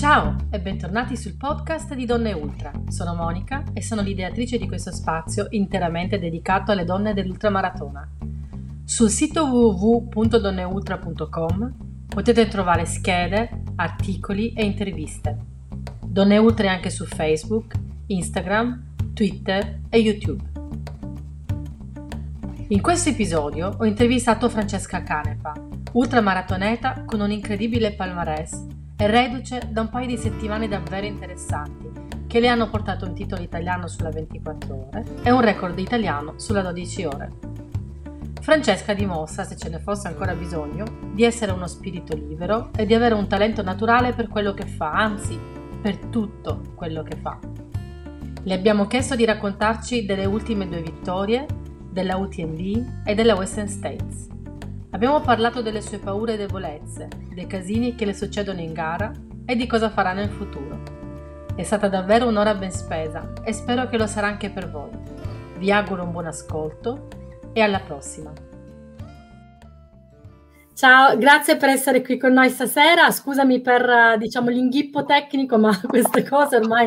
Ciao e bentornati sul podcast di Donne Ultra. Sono Monica e sono l'ideatrice di questo spazio interamente dedicato alle donne dell'ultramaratona. Sul sito www.donneultra.com potete trovare schede, articoli e interviste. Donne Ultra è anche su Facebook, Instagram, Twitter e YouTube. In questo episodio ho intervistato Francesca Canepa, ultramaratoneta con un incredibile palmarès e reduce da un paio di settimane davvero interessanti che le hanno portato un titolo italiano sulla 24 ore e un record italiano sulla 12 ore. Francesca dimostra, se ce ne fosse ancora bisogno, di essere uno spirito libero e di avere un talento naturale per quello che fa, anzi, per tutto quello che fa. Le abbiamo chiesto di raccontarci delle ultime 2 vittorie, della UTMB e della Western States. Abbiamo parlato delle sue paure e debolezze, dei casini che le succedono in gara e di cosa farà nel futuro. È stata davvero un'ora ben spesa e spero che lo sarà anche per voi. Vi auguro un buon ascolto e alla prossima. Ciao, grazie per essere qui con noi stasera. Scusami per l'inghippo tecnico, ma queste cose ormai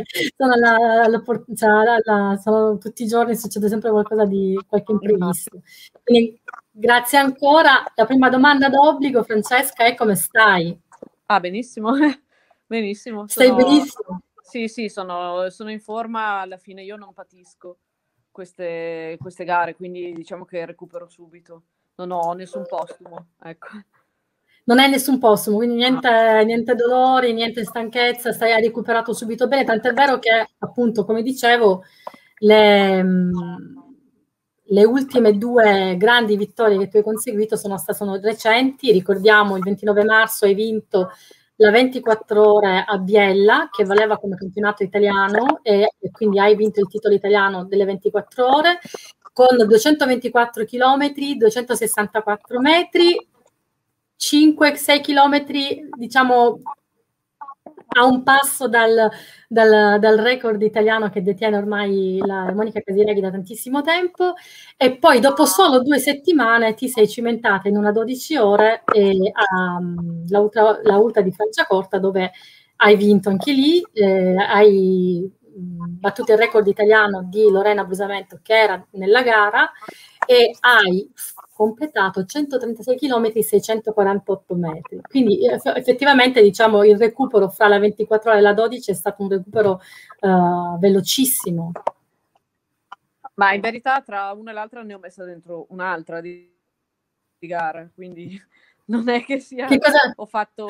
sono tutti i giorni, succede sempre qualcosa di qualche imprevisto. Quindi grazie ancora. La prima domanda d'obbligo, Francesca, è: come stai? Benissimo, benissimo. Stai benissimo? Sì, sono in forma. Alla fine io non patisco queste gare, quindi diciamo che recupero subito. Non ho nessun postumo, ecco. Non hai nessun postumo, quindi niente dolori, niente stanchezza, hai recuperato subito bene, tant'è vero che, appunto, come dicevo, le ultime 2 grandi vittorie che tu hai conseguito sono recenti. Ricordiamo, il 29 marzo hai vinto la 24 ore a Biella, che valeva come campionato italiano, e quindi hai vinto il titolo italiano delle 24 ore, con 224 chilometri, 264 metri, 5-6 chilometri, diciamo, a un passo dal record italiano che detiene ormai la Monica Casireghi da tantissimo tempo, e poi dopo solo 2 settimane ti sei cimentata in una 12 ore la Ultra di Franciacorta, dove hai vinto anche lì, hai battuto il record italiano di Lorena Brusamento, che era nella gara, e hai completato 136 km 648 metri. Quindi effettivamente, diciamo, il recupero fra la 24 ore e la 12 è stato un recupero velocissimo. Ma in verità tra una e l'altra ne ho messa dentro un'altra di gara, quindi non è che sia... Che cosa? Ho fatto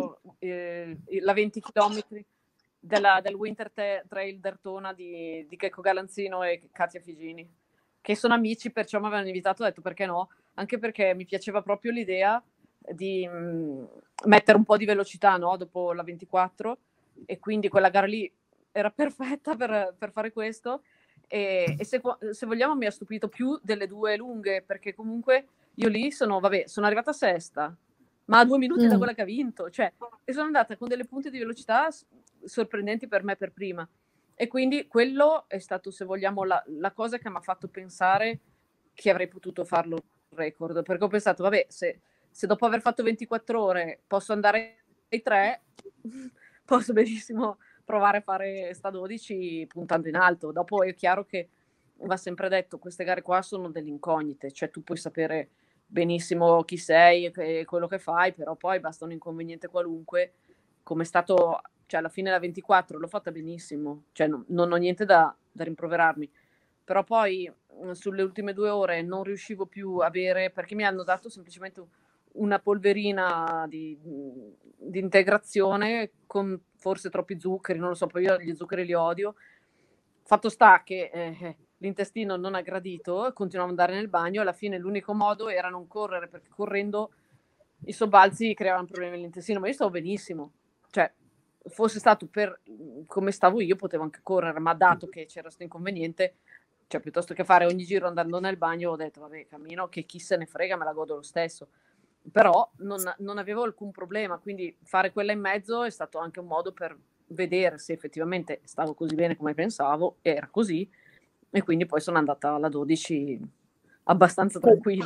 la 20 km del Winter Trail d'Ertona di Checco Galanzino e Katia Figini, che sono amici, perciò mi avevano invitato, ho detto perché no, anche perché mi piaceva proprio l'idea di mettere un po' di velocità, no? Dopo la 24, e quindi quella gara lì era perfetta per fare questo, e se vogliamo mi ha stupito più delle 2 lunghe, perché comunque io lì sono arrivata sesta, ma a 2 minuti da quella che ha vinto, cioè, e sono andata con delle punte di velocità sorprendenti per me per prima. E quindi quello è stato, se vogliamo, la cosa che mi ha fatto pensare che avrei potuto farlo il record, perché ho pensato, se dopo aver fatto 24 ore posso andare ai 3, posso benissimo provare a fare sta 12 puntando in alto. Dopo è chiaro che va sempre detto, queste gare qua sono delle incognite, cioè tu puoi sapere benissimo chi sei e quello che fai, però poi basta un inconveniente qualunque, come è stato... Cioè alla fine la 24 l'ho fatta benissimo, cioè non ho niente da rimproverarmi, però poi sulle ultime 2 ore non riuscivo più a bere, perché mi hanno dato semplicemente una polverina di integrazione con forse troppi zuccheri, non lo so, poi io gli zuccheri li odio. Fatto sta che l'intestino non ha gradito, continuavo ad andare nel bagno, alla fine l'unico modo era non correre, perché correndo i sobbalzi creavano problemi all'intestino, ma io stavo benissimo, cioè fosse stato per come stavo io potevo anche correre, ma dato che c'era questo inconveniente, cioè piuttosto che fare ogni giro andando nel bagno, ho detto cammino, che chi se ne frega, me la godo lo stesso. Però non avevo alcun problema, quindi fare quella in mezzo è stato anche un modo per vedere se effettivamente stavo così bene come pensavo, era così, e quindi poi sono andata alla 12 abbastanza tranquilla.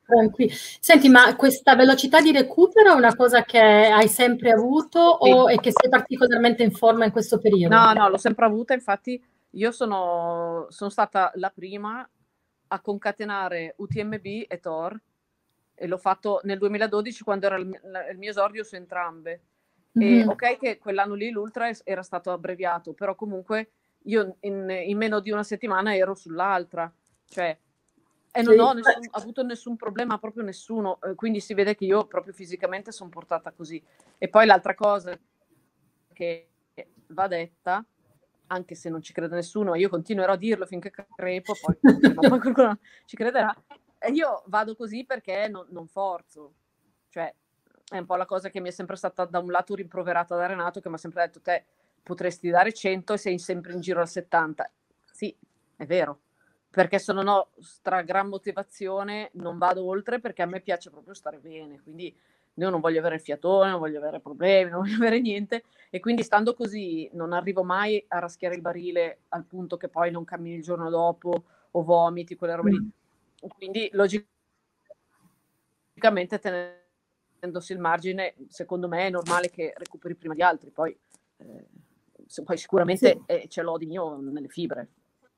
tranquillo. Senti, ma questa velocità di recupero è una cosa che hai sempre avuto o è che sei particolarmente in forma in questo periodo? No, l'ho sempre avuta, infatti io sono stata la prima a concatenare UTMB e Tor, e l'ho fatto nel 2012 quando era il mio esordio su entrambe. E ok che quell'anno lì l'ultra era stato abbreviato, però comunque io in meno di una settimana ero sull'altra, cioè, e non ho avuto nessun problema, proprio nessuno, quindi si vede che io proprio fisicamente sono portata così. E poi l'altra cosa che va detta, anche se non ci crede nessuno, io continuerò a dirlo finché crepo, poi prima o poi qualcuno ci crederà, e io vado così perché non forzo, cioè è un po' la cosa che mi è sempre stata da un lato rimproverata da Renato, che mi ha sempre detto: te potresti dare 100 e sei sempre in giro al 70. Sì, è vero, perché se non ho stra gran motivazione non vado oltre, perché a me piace proprio stare bene, quindi io non voglio avere il fiatone, non voglio avere problemi, non voglio avere niente, e quindi stando così non arrivo mai a raschiare il barile al punto che poi non cammini il giorno dopo o vomiti, quelle robe lì. Quindi logicamente tenendosi il margine, secondo me è normale che recuperi prima di altri, poi sicuramente ce l'ho di mio nelle fibre.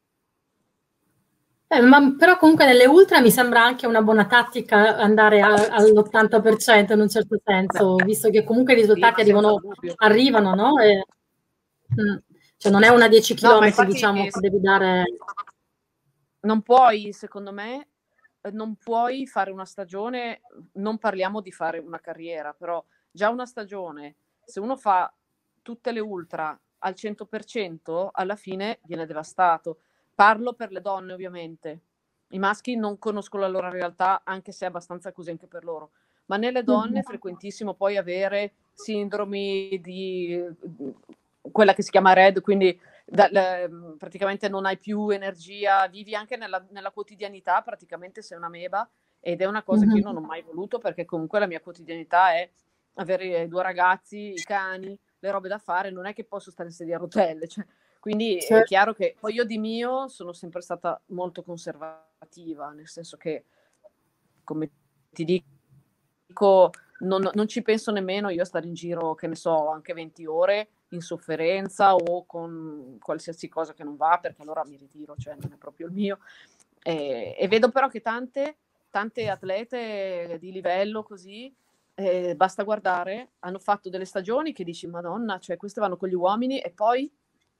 Ma però comunque nelle ultra mi sembra anche una buona tattica andare all'80% in un certo senso, visto che comunque i risultati arrivano, no? Cioè non è una 10 km, diciamo, che devi dare. Non puoi, secondo me, non puoi fare una stagione, non parliamo di fare una carriera, però già una stagione, se uno fa tutte le ultra al 100%, alla fine viene devastato. Parlo per le donne, ovviamente. I maschi non conosco la loro realtà, anche se è abbastanza così anche per loro. Ma nelle donne è frequentissimo poi avere sindromi di quella che si chiama RED, quindi praticamente non hai più energia, vivi anche nella quotidianità, praticamente sei una meba, ed è una cosa che io non ho mai voluto, perché comunque la mia quotidianità è avere 2 ragazzi, i cani, le robe da fare, non è che posso stare in sedia a rotelle, cioè, quindi è chiaro che poi io di mio sono sempre stata molto conservativa, nel senso che, come ti dico, non ci penso nemmeno io a stare in giro, che ne so, anche 20 ore in sofferenza o con qualsiasi cosa che non va, perché allora mi ritiro, cioè non è proprio il mio. E vedo però che tante atlete di livello così, basta guardare, hanno fatto delle stagioni che dici Madonna, cioè queste vanno con gli uomini e poi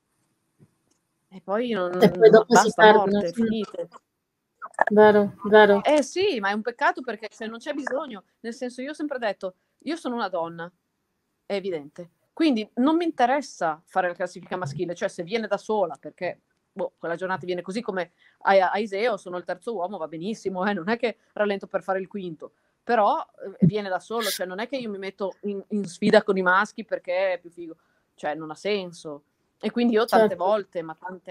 non, e poi dopo basta, morte, finite. Vero. Sì, ma è un peccato, perché se non c'è bisogno, nel senso, io ho sempre detto, io sono una donna, è evidente, quindi non mi interessa fare la classifica maschile, cioè se viene da sola, perché quella giornata viene così, come a Iseo, sono il terzo uomo, va benissimo, non è che rallento per fare il quinto, però viene da solo, cioè non è che io mi metto in sfida con i maschi perché è più figo, cioè non ha senso. E quindi io tante volte,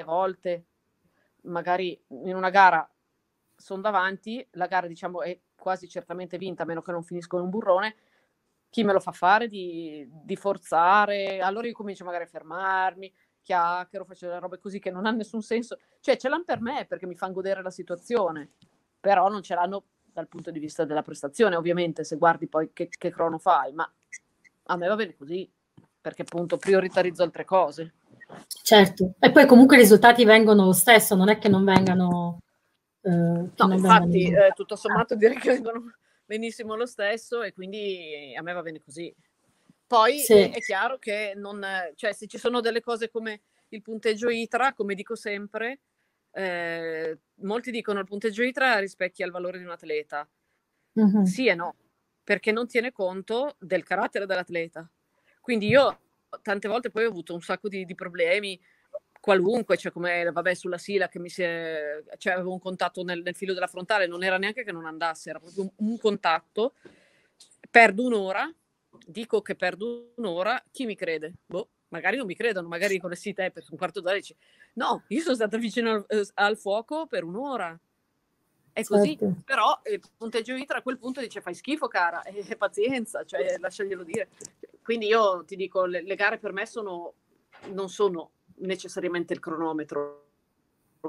magari in una gara sono davanti, la gara diciamo è quasi certamente vinta, a meno che non finisco in un burrone, chi me lo fa fare di forzare? Allora io comincio magari a fermarmi, chiacchiero, faccio delle robe così che non hanno nessun senso, cioè ce l'hanno per me perché mi fanno godere la situazione, però non ce l'hanno dal punto di vista della prestazione, ovviamente, se guardi poi che crono fai, ma a me va bene così, perché appunto prioritarizzo altre cose. Certo, e poi comunque i risultati vengono lo stesso, non è che non vengano. No, infatti, tutto sommato direi che vengono benissimo lo stesso, e quindi a me va bene così. Poi è chiaro che cioè, se ci sono delle cose come il punteggio ITRA, come dico sempre, molti dicono il punteggio ITRA rispecchia il valore di un atleta. Sì e no, perché non tiene conto del carattere dell'atleta. Quindi io tante volte poi ho avuto un sacco di problemi, qualunque, cioè come vabbè sulla Sila che cioè avevo un contatto nel filo della frontale, non era neanche che non andasse, era proprio un contatto, perdo un'ora, dico che perdo un'ora, chi mi crede? Magari non mi credono, magari dicono sì te per un quarto d'ora, no, io sono stata vicino al fuoco per un'ora, è così, però il punteggio ITRA a quel punto dice fai schifo cara, e pazienza, cioè lasciaglielo dire. Quindi io ti dico, le gare per me non sono necessariamente il cronometro,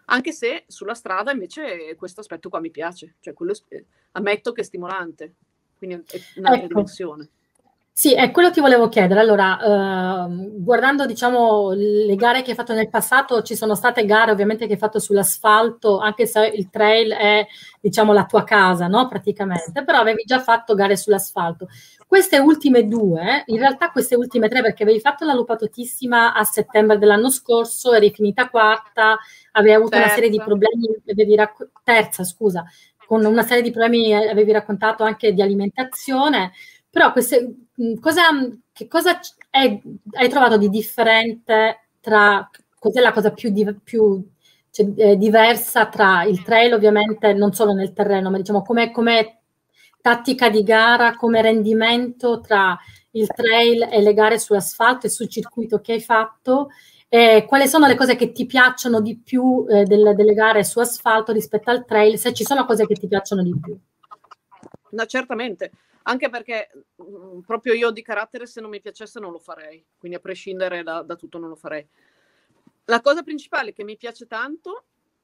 Anche se sulla strada invece questo aspetto qua mi piace, cioè quello ammetto che è stimolante, quindi è un'altra dimensione. Sì, è quello ti volevo chiedere. Allora, guardando, diciamo, le gare che hai fatto nel passato, ci sono state gare ovviamente che hai fatto sull'asfalto, anche se il trail è, diciamo, la tua casa, no? Praticamente, però avevi già fatto gare sull'asfalto. Queste ultime due, in realtà queste ultime tre, perché avevi fatto la Lupatotissima a settembre dell'anno scorso, eri finita quarta, avevi avuto una serie di problemi, terza, scusa, con una serie di problemi avevi raccontato anche di alimentazione. Però che cosa hai trovato di differente cos'è la cosa più diversa tra il trail, ovviamente non solo nel terreno, ma diciamo come tattica di gara, come rendimento tra il trail e le gare su asfalto e sul circuito che hai fatto? Quali sono le cose che ti piacciono di più delle gare su asfalto rispetto al trail, se ci sono cose che ti piacciono di più? No, certamente. Anche perché proprio io di carattere, se non mi piacesse non lo farei, quindi a prescindere da tutto non lo farei. La cosa principale che mi piace tanto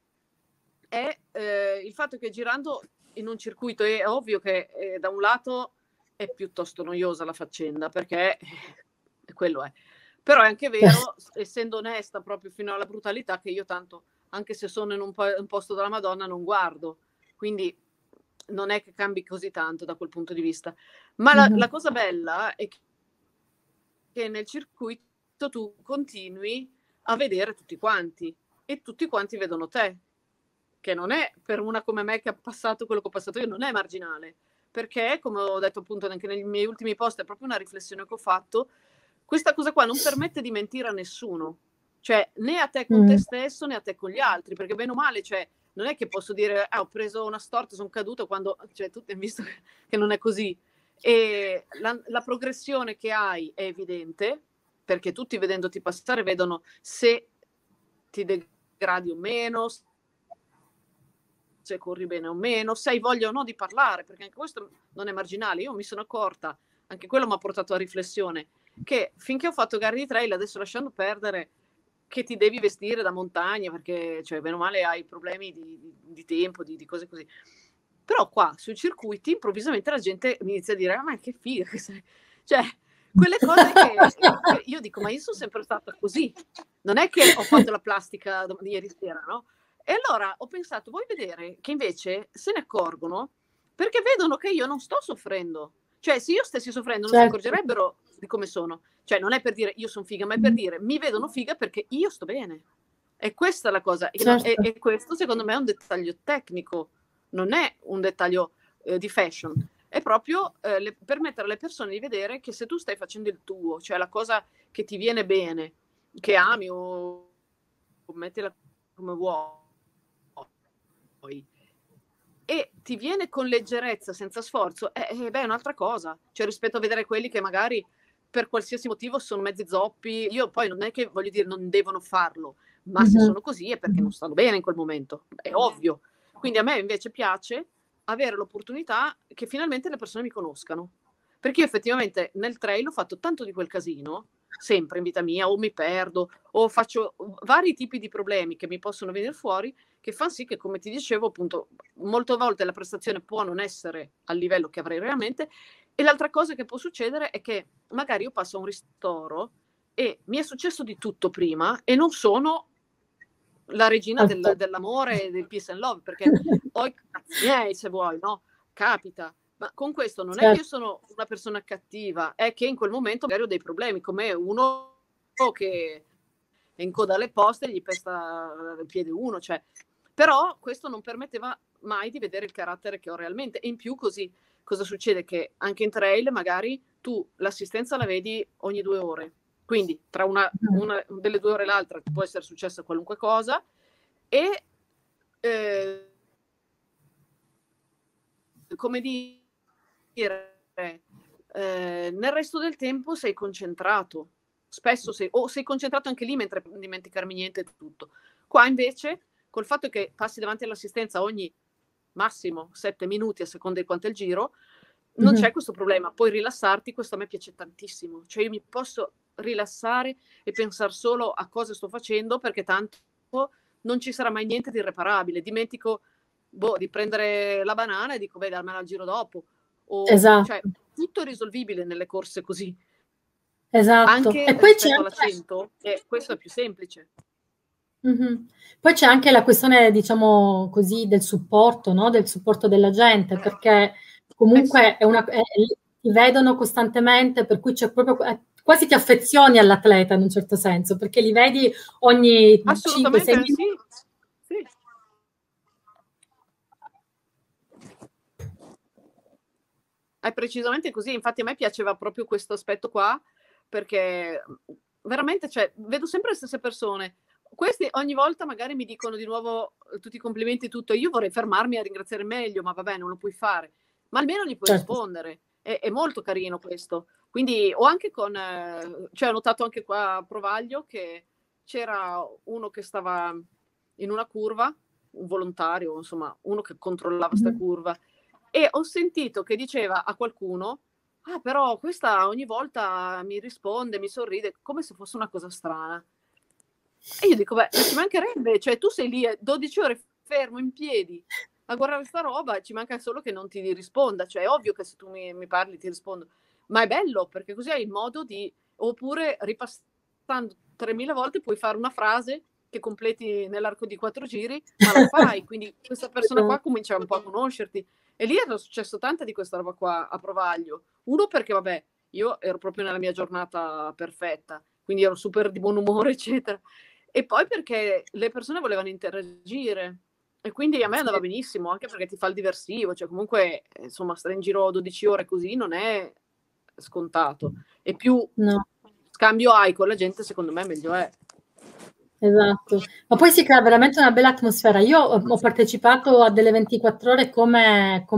è il fatto che girando in un circuito è ovvio che da un lato è piuttosto noiosa la faccenda, perché quello è. Però è anche vero, essendo onesta proprio fino alla brutalità, che io tanto, anche se sono in un posto della Madonna, non guardo. Quindi non è che cambi così tanto da quel punto di vista. Ma la cosa bella è che nel circuito tu continui a vedere tutti quanti e tutti quanti vedono te, che non è, per una come me che ha passato quello che ho passato io, non è marginale, perché come ho detto appunto anche nei miei ultimi post, è proprio una riflessione che ho fatto, questa cosa qua non permette di mentire a nessuno, cioè né a te con te stesso né a te con gli altri, perché bene o male, cioè non è che posso dire ho preso una storta, sono caduto, quando, cioè, tutti hanno visto che non è così. E la progressione che hai è evidente, perché tutti vedendoti passare vedono se ti degradi o meno, se corri bene o meno, se hai voglia o no di parlare, perché anche questo non è marginale. Io mi sono accorta, anche quello mi ha portato a riflessione, che finché ho fatto gare di trail, adesso lasciando perdere che ti devi vestire da montagna perché, cioè, bene o male hai problemi di tempo, di cose così. Però qua sui circuiti improvvisamente la gente mi inizia a dire ma che figa che sei. Cioè, quelle cose che io dico, ma io sono sempre stata così. Non è che ho fatto la plastica di ieri sera, no? E allora ho pensato, vuoi vedere che invece se ne accorgono perché vedono che io non sto soffrendo. Cioè, se io stessi soffrendo non si accorgerebbero di come sono. Cioè, non è per dire io sono figa, ma è per dire mi vedono figa perché io sto bene. E questa è la cosa. E questo, secondo me, è un dettaglio tecnico, non è un dettaglio di fashion. È proprio permettere alle persone di vedere che se tu stai facendo il tuo, cioè la cosa che ti viene bene, che ami o mettila come vuoi, e ti viene con leggerezza, senza sforzo, beh, è un'altra cosa. Cioè, rispetto a vedere quelli che magari per qualsiasi motivo sono mezzi zoppi, io poi non è che voglio dire non devono farlo, ma se sono così è perché non stanno bene in quel momento, è ovvio. Quindi a me invece piace avere l'opportunità che finalmente le persone mi conoscano, perché io effettivamente nel trail ho fatto tanto di quel casino, sempre in vita mia, o mi perdo, o faccio vari tipi di problemi che mi possono venire fuori, che fanno sì che, come ti dicevo, appunto, molte volte la prestazione può non essere al livello che avrei realmente. E l'altra cosa che può succedere è che magari io passo a un ristoro e mi è successo di tutto prima e non sono la regina dell'amore e del peace and love, perché poi cazzi miei, se vuoi, no? Capita. Ma con questo non è che io sono una persona cattiva, è che in quel momento magari ho dei problemi, come uno che è in coda alle poste e gli pesta il piede uno, cioè. Però questo non permetteva mai di vedere il carattere che ho realmente. E in più così, cosa succede? Che anche in trail magari tu l'assistenza la vedi ogni 2 ore. Quindi tra una delle 2 ore e l'altra può essere successa qualunque cosa e come dire, nel resto del tempo sei concentrato. Spesso sei concentrato anche lì mentre non dimenticarmi niente e tutto. Qua invece, col fatto che passi davanti all'assistenza ogni massimo 7 minuti a seconda di quanto è il giro, non c'è questo problema. Puoi rilassarti, questo a me piace tantissimo. Cioè io mi posso rilassare e pensare solo a cosa sto facendo perché tanto non ci sarà mai niente di irreparabile. Dimentico di prendere la banana e dico, dammela al giro dopo. Esatto. Cioè, tutto è risolvibile nelle corse così. Esatto. Anche E poi rispetto all'100, questo è più semplice. Poi c'è anche la questione, diciamo così, del supporto, no? Del supporto della gente, perché comunque ti vedono costantemente, per cui c'è proprio quasi ti affezioni all'atleta in un certo senso, perché li vedi ogni 5-6 minuti. Sì. È precisamente così, infatti a me piaceva proprio questo aspetto qua, perché veramente, cioè, vedo sempre le stesse persone. Questi ogni volta magari mi dicono di nuovo tutti i complimenti, tutto. Io vorrei fermarmi a ringraziare meglio, ma vabbè, non lo puoi fare. Ma almeno gli puoi rispondere. È molto carino questo. Quindi, o anche cioè ho notato anche qua a Provaglio che c'era uno che stava in una curva, un volontario, insomma, uno che controllava sta curva, e ho sentito che diceva a qualcuno, però questa ogni volta mi risponde, mi sorride, come se fosse una cosa strana. E io dico, ci mancherebbe, cioè tu sei lì 12 ore fermo in piedi a guardare sta roba, ci manca solo che non ti risponda, cioè è ovvio che se tu mi parli ti rispondo, ma è bello perché così hai il modo di, oppure ripassando 3000 volte puoi fare una frase che completi nell'arco di 4 giri, ma la fai, quindi questa persona qua comincia un po' a conoscerti. E lì era successo tanta di questa roba qua a Provaglio. Uno perché, vabbè, io ero proprio nella mia giornata perfetta, quindi ero super di buon umore, eccetera. E poi perché le persone volevano interagire e quindi a me andava benissimo, anche perché ti fa il diversivo, cioè comunque, insomma, stare in giro 12 ore così non è scontato. E più scambio hai con la gente, secondo me, meglio è. Esatto, ma poi si crea veramente una bella atmosfera. Io ho partecipato a delle 24 ore come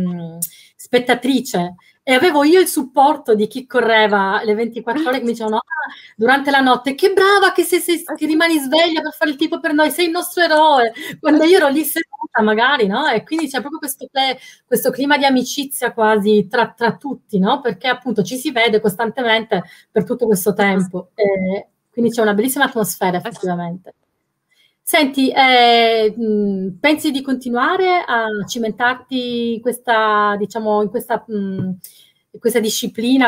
spettatrice e avevo io il supporto di chi correva le 24 ore che mi dicevano durante la notte, che brava che che rimani sveglia per fare il tifo per noi, sei il nostro eroe, quando io ero lì seduta magari, no? E quindi c'è proprio questo clima di amicizia quasi tra tutti, no? Perché appunto ci si vede costantemente per tutto questo tempo. Quindi c'è una bellissima atmosfera effettivamente. Senti, pensi di continuare a cimentarti in questa, diciamo, in questa disciplina,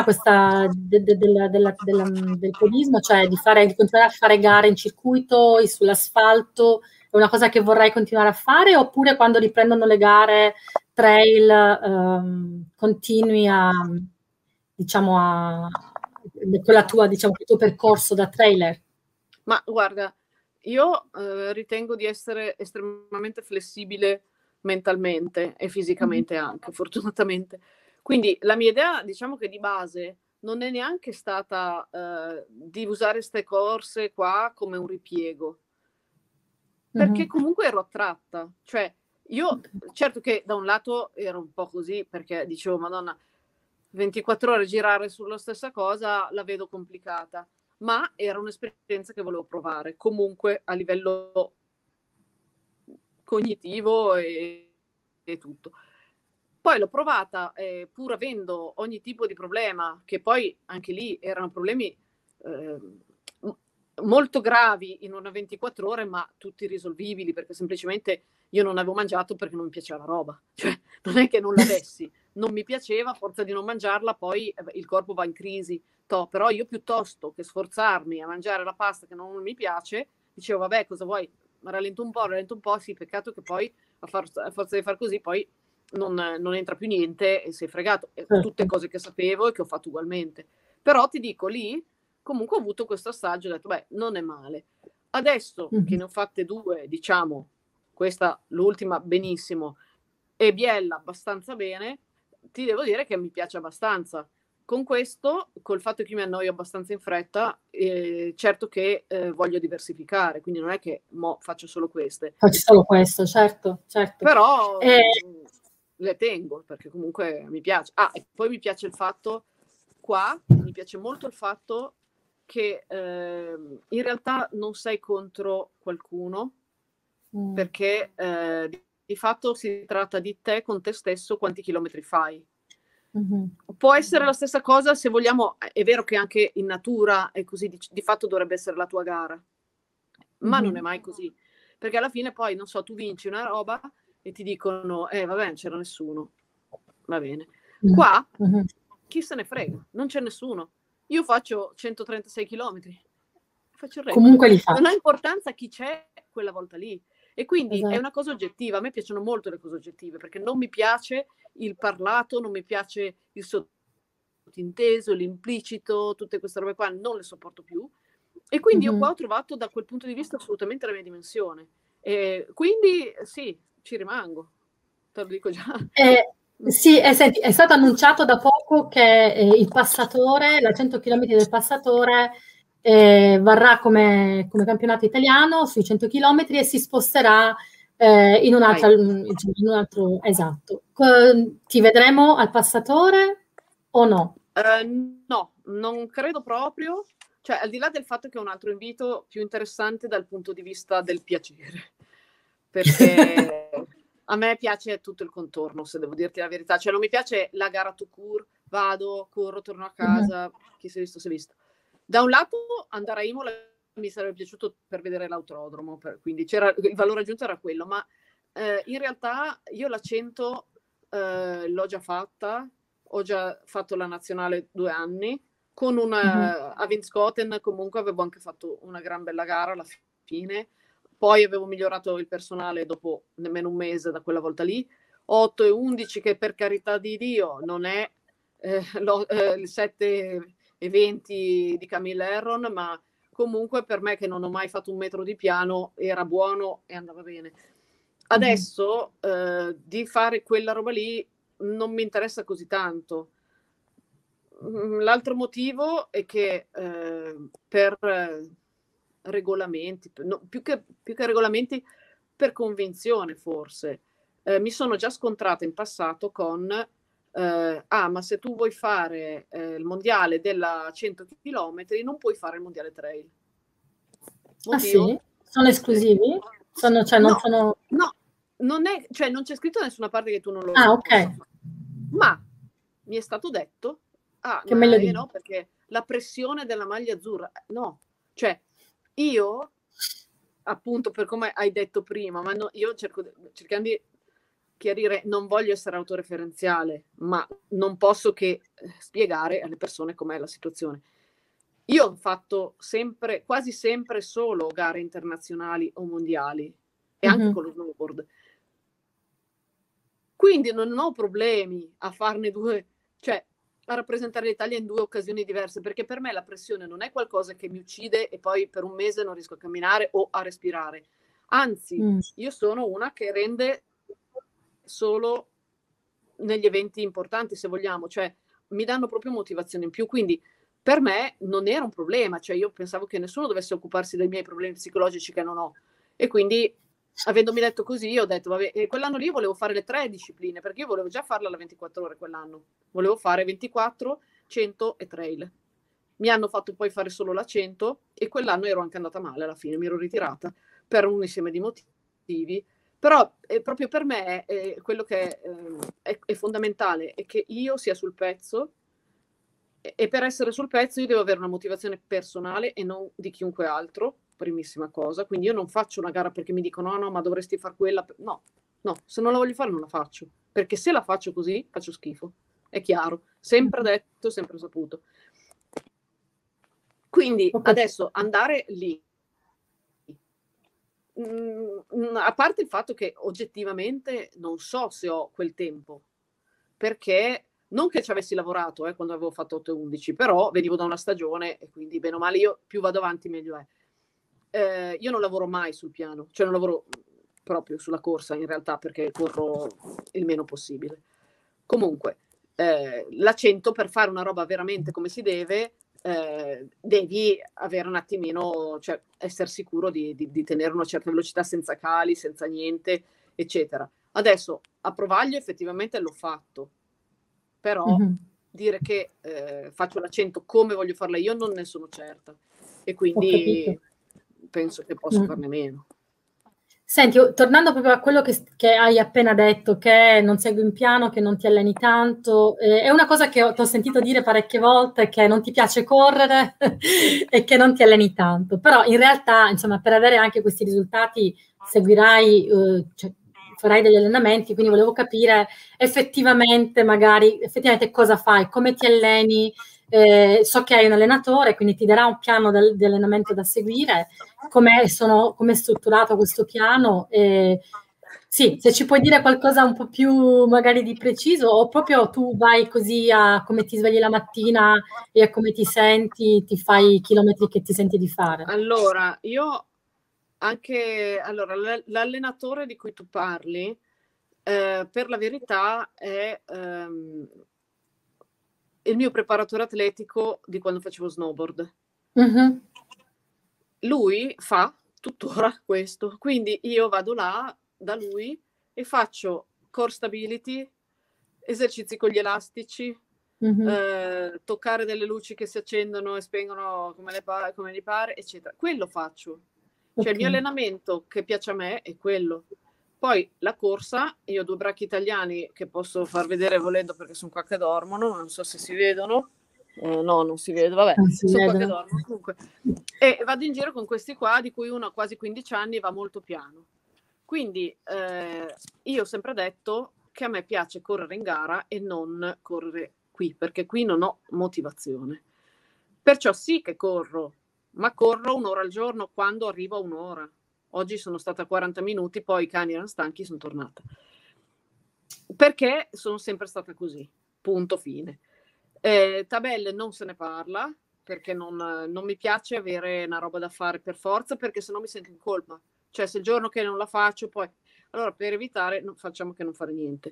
del podismo, cioè di continuare a fare gare in circuito, sull'asfalto? È una cosa che vorrai continuare a fare, oppure quando riprendono le gare trail continui con la tua, diciamo, il tuo percorso da trailer? Ma guarda, io ritengo di essere estremamente flessibile mentalmente e fisicamente anche, fortunatamente. Quindi la mia idea, diciamo che di base, non è neanche stata di usare queste corse qua come un ripiego, perché comunque ero attratta. Cioè, io, certo che da un lato ero un po' così, perché dicevo, Madonna, 24 ore girare sulla stessa cosa la vedo complicata, ma era un'esperienza che volevo provare comunque a livello cognitivo e tutto. Poi l'ho provata pur avendo ogni tipo di problema, che poi anche lì erano problemi molto gravi in una 24 ore, ma tutti risolvibili, perché semplicemente io non avevo mangiato perché non mi piaceva la roba, cioè non è che non l'avessi, non mi piaceva, a forza di non mangiarla poi il corpo va in crisi, però io piuttosto che sforzarmi a mangiare la pasta che non mi piace, dicevo vabbè, cosa vuoi, rallento un po', sì, peccato che poi a forza di far così poi non entra più niente e sei fregato, tutte cose che sapevo e che ho fatto ugualmente. Però ti dico, lì comunque ho avuto questo assaggio, ho detto non è male. Adesso che ne ho fatte 2, diciamo, questa l'ultima benissimo e Biella abbastanza bene, ti devo dire che mi piace abbastanza. Con questo, col fatto che mi annoio abbastanza in fretta, certo che voglio diversificare, quindi non è che faccio solo queste. Faccio solo questo, certo. Però le tengo, perché comunque mi piace. E poi mi piace il fatto, mi piace molto il fatto che in realtà non sei contro qualcuno, perché di fatto si tratta di te con te stesso, quanti chilometri fai. Può essere la stessa cosa se vogliamo, è vero che anche in natura è così, di fatto dovrebbe essere la tua gara, ma non è mai così. perché alla fine poi, non so, tu vinci una roba e ti dicono, vabbè, non c'era nessuno, va bene. Qua, chi se ne frega, non c'è nessuno. Io faccio 136 chilometri, faccio il record. Comunque li faccio. Non ha importanza chi c'è quella volta lì. E quindi Esatto. è una cosa oggettiva. A me piacciono molto le cose oggettive, perché non mi piace il parlato, non mi piace il sottinteso, l'implicito, tutte queste robe qua non le sopporto più. E quindi io qua ho trovato da quel punto di vista assolutamente la mia dimensione. E quindi sì, ci rimango, te lo dico già. Sì, senti, è stato annunciato da poco che il passatore, la 100 km del passatore, varrà come campionato italiano sui 100 km e si sposterà in un altro, esatto. Ti vedremo al passatore o no? No, non credo proprio. Cioè, al di là del fatto che è un altro invito più interessante dal punto di vista del piacere, perché a me piace tutto il contorno, se devo dirti la verità. Cioè, non mi piace la gara tout court, vado, corro, torno a casa, chi si è visto si è visto. Da un lato andare a Imola mi sarebbe piaciuto per vedere l'autodromo, quindi il valore aggiunto era quello, ma in realtà io la 100 l'ho già fatta, ho già fatto la nazionale 2 anni, con a Winschoten comunque avevo anche fatto una gran bella gara alla fine, poi avevo migliorato il personale dopo nemmeno un mese da quella volta lì, 8 e 11 che per carità di Dio non è il 7 e 20 di Camille Herron, ma comunque per me che non ho mai fatto un metro di piano era buono e andava bene. Adesso di fare quella roba lì non mi interessa così tanto. L'altro motivo è che per regolamenti, più che regolamenti, per convinzione forse, mi sono già scontrata in passato con ma se tu vuoi fare il mondiale della 100 km non puoi fare il mondiale trail. Motivo? Ah sì? Sono esclusivi? No, non è, cioè non c'è scritto da nessuna parte che tu non lo ok. Ma mi è stato detto che me lo dici? no, perché la pressione della maglia azzurra, no, cioè io appunto per come hai detto prima, ma io cercando di chiarire, non voglio essere autoreferenziale, ma non posso che spiegare alle persone com'è la situazione. Io ho fatto quasi sempre solo gare internazionali o mondiali e anche con lo snowboard. Quindi non ho problemi a farne 2, cioè a rappresentare l'Italia in 2 occasioni diverse, perché per me la pressione non è qualcosa che mi uccide e poi per un mese non riesco a camminare o a respirare. Anzi, io sono una che rende solo negli eventi importanti, se vogliamo, cioè mi danno proprio motivazione in più, quindi per me non era un problema, cioè io pensavo che nessuno dovesse occuparsi dei miei problemi psicologici che non ho, e quindi avendomi detto così ho detto vabbè, e quell'anno lì volevo fare le 3 discipline, perché io volevo già farla alla 24 ore quell'anno, volevo fare 24, 100 e trail. Mi hanno fatto poi fare solo la 100 e quell'anno ero anche andata male alla fine, mi ero ritirata per un insieme di motivi. Però proprio per me quello che è fondamentale è che io sia sul pezzo, e per essere sul pezzo io devo avere una motivazione personale e non di chiunque altro, primissima cosa. Quindi io non faccio una gara perché mi dicono no, ma dovresti fare quella. No, se non la voglio fare non la faccio, perché se la faccio così faccio schifo, è chiaro, sempre detto, sempre saputo. Quindi adesso andare lì, a parte il fatto che oggettivamente non so se ho quel tempo, perché non che ci avessi lavorato quando avevo fatto 8 e 11, però venivo da una stagione e quindi bene o male io più vado avanti meglio è. Io non lavoro mai sul piano, cioè non lavoro proprio sulla corsa in realtà, perché corro il meno possibile. Comunque la 100, per fare una roba veramente come si deve, devi avere un attimino, cioè essere sicuro di tenere una certa velocità senza cali, senza niente, eccetera. Adesso a Provaglio effettivamente l'ho fatto, però dire che faccio la 100 come voglio farla io non ne sono certa, e quindi penso che posso farne meno. Senti, tornando proprio a quello che hai appena detto, che non segui un piano, che non ti alleni tanto, è una cosa che ti ho sentito dire parecchie volte, che non ti piace correre e che non ti alleni tanto, però in realtà, insomma, per avere anche questi risultati seguirai, cioè, farai degli allenamenti, quindi volevo capire effettivamente cosa fai, come ti alleni. So che hai un allenatore, quindi ti darà un piano di allenamento da seguire, come è strutturato questo piano. Sì, se ci puoi dire qualcosa un po' più magari di preciso, o proprio tu vai così a come ti svegli la mattina e a come ti senti, ti fai i chilometri che ti senti di fare. Allora, l'allenatore di cui tu parli, per la verità è il mio preparatore atletico di quando facevo snowboard. Mm-hmm. Lui fa tuttora questo, quindi io vado là da lui e faccio core stability, esercizi con gli elastici, toccare delle luci che si accendono e spengono come gli pare, eccetera. Quello faccio. Cioè il mio allenamento che piace a me è quello. Poi la corsa, io ho 2 bracchi italiani che posso far vedere volendo perché sono qua che dormono, non so se si vedono. No, non si vede, vabbè, sono qua che dormono comunque. E vado in giro con questi qua, di cui uno ha quasi 15 anni e va molto piano. Quindi io ho sempre detto che a me piace correre in gara e non correre qui, perché qui non ho motivazione. Perciò sì che corro, ma corro 1 ora al giorno quando arrivo a 1 ora. Oggi sono stata 40 minuti, poi i cani erano stanchi, sono tornata. Perché sono sempre stata così, punto fine. Tabelle non se ne parla, perché non mi piace avere una roba da fare per forza, perché sennò mi sento in colpa. Cioè se il giorno che non la faccio, poi... Allora per evitare facciamo che non fare niente.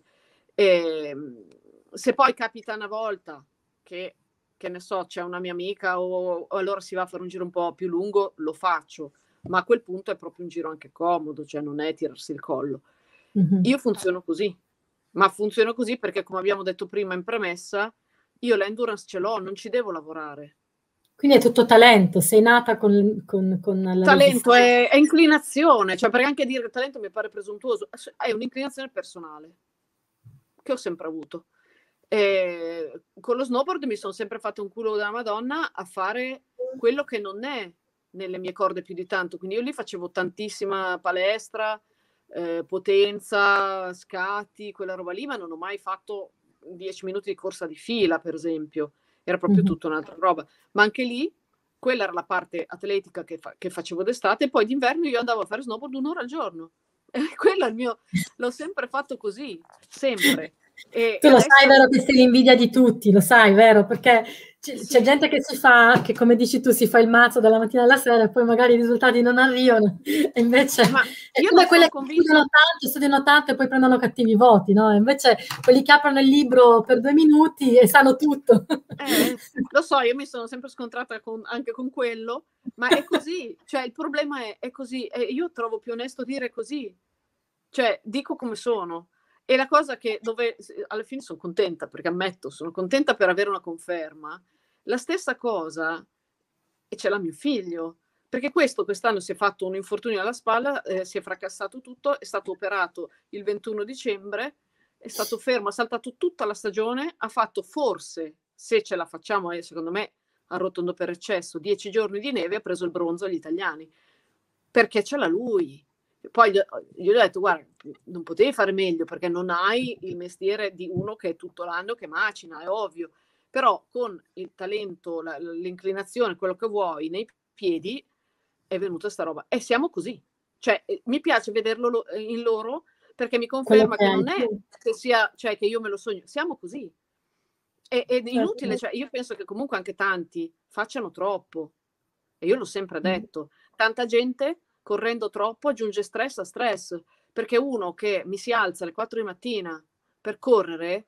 Se poi capita una volta che ne so, c'è una mia amica o allora si va a fare un giro un po' più lungo, lo faccio. Ma a quel punto è proprio un giro anche comodo, cioè non è tirarsi il collo. Io funziono così, ma funziono così perché, come abbiamo detto prima in premessa, io l'endurance ce l'ho, non ci devo lavorare. Quindi è tutto talento, sei nata con la talento è inclinazione, cioè perché anche dire talento mi pare presuntuoso, è un'inclinazione personale che ho sempre avuto. Con lo snowboard mi sono sempre fatto un culo della Madonna a fare quello che non è nelle mie corde più di tanto, quindi io lì facevo tantissima palestra, potenza, scatti, quella roba lì, ma non ho mai fatto 10 minuti di corsa di fila, per esempio, era proprio tutta un'altra roba, ma anche lì quella era la parte atletica che facevo d'estate, e poi d'inverno io andavo a fare snowboard 1 ora al giorno, quello è il mio, l'ho sempre fatto così, sempre. Tu lo sai, vero, che sei l'invidia di tutti, lo sai, vero? Perché c'è gente che che come dici tu, si fa il mazzo dalla mattina alla sera e poi magari i risultati non arrivano. E invece è come quelle che studiano tanto e poi prendono cattivi voti, no? E invece quelli che aprono il libro per 2 minuti e sanno tutto. Lo so, io mi sono sempre scontrata anche con quello, ma è così. Cioè, il problema è così. E io trovo più onesto dire così. Cioè, dico come sono. E la cosa dove alla fine sono contenta, perché ammetto, sono contenta per avere una conferma. La stessa cosa, e ce l'ha mio figlio, perché quest'anno si è fatto un infortunio alla spalla, si è fracassato tutto, è stato operato il 21 dicembre, è stato fermo, ha saltato tutta la stagione, ha fatto forse, se ce la facciamo, secondo me arrotondo per eccesso, 10 giorni di neve, ha preso il bronzo agli italiani, perché ce l'ha lui. Poi gli ho detto, guarda, non potevi fare meglio perché non hai il mestiere di uno che è tutto l'anno che macina, è ovvio, però con il talento, l'inclinazione, quello che vuoi nei piedi è venuta sta roba. E siamo così. Cioè, mi piace vederlo in loro perché mi conferma che non è che sia, cioè che io me lo sogno, siamo così. È inutile, cioè io penso che comunque anche tanti facciano troppo. E io l'ho sempre detto, tanta gente correndo troppo aggiunge stress a stress, perché uno che mi si alza alle 4 di mattina per correre,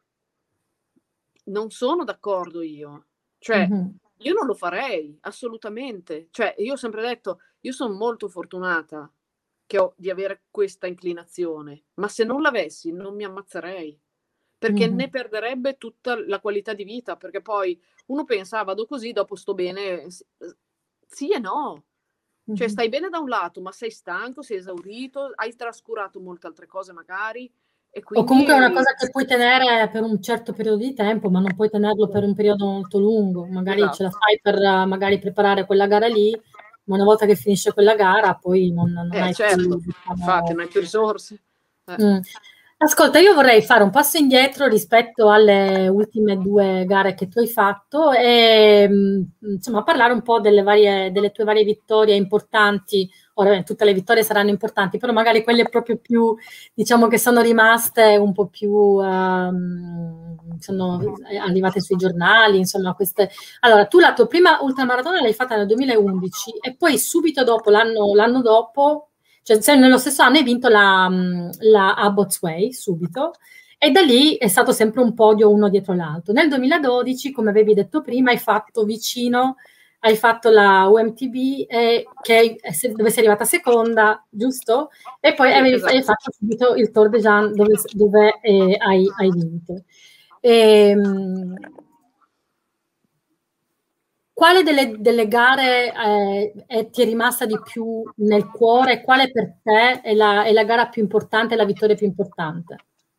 non sono d'accordo io. Cioè, io non lo farei, assolutamente. Cioè, io ho sempre detto, io sono molto fortunata che ho di avere questa inclinazione, ma se non l'avessi non mi ammazzerei, perché ne perderebbe tutta la qualità di vita, perché poi uno pensa, vado così, dopo sto bene. Sì e no. Cioè stai bene da un lato, ma sei stanco, sei esaurito, hai trascurato molte altre cose magari. E quindi... O comunque è una cosa che puoi tenere per un certo periodo di tempo, ma non puoi tenerlo per un periodo molto lungo. Magari ce la fai per magari preparare quella gara lì, ma una volta che finisce quella gara poi non hai certo, più, infatti non hai più risorse. Ascolta, io vorrei fare un passo indietro rispetto alle ultime 2 gare che tu hai fatto e insomma parlare un po' delle tue varie vittorie importanti. Ora, tutte le vittorie saranno importanti, però magari quelle proprio più, diciamo, che sono rimaste un po' più, sono arrivate sui giornali, insomma, queste. Allora, tu la tua prima ultramaratona l'hai fatta nel 2011 e poi subito dopo, l'anno dopo, cioè nello stesso anno hai vinto la Abbott's Way subito e da lì è stato sempre un podio uno dietro l'altro. Nel 2012, come avevi detto prima, hai fatto la UMTB dove sei arrivata seconda, giusto? E poi hai fatto subito il Tour de Jean dove hai vinto. Quale delle gare ti è rimasta di più nel cuore? Quale per te è la gara più importante, la vittoria più importante?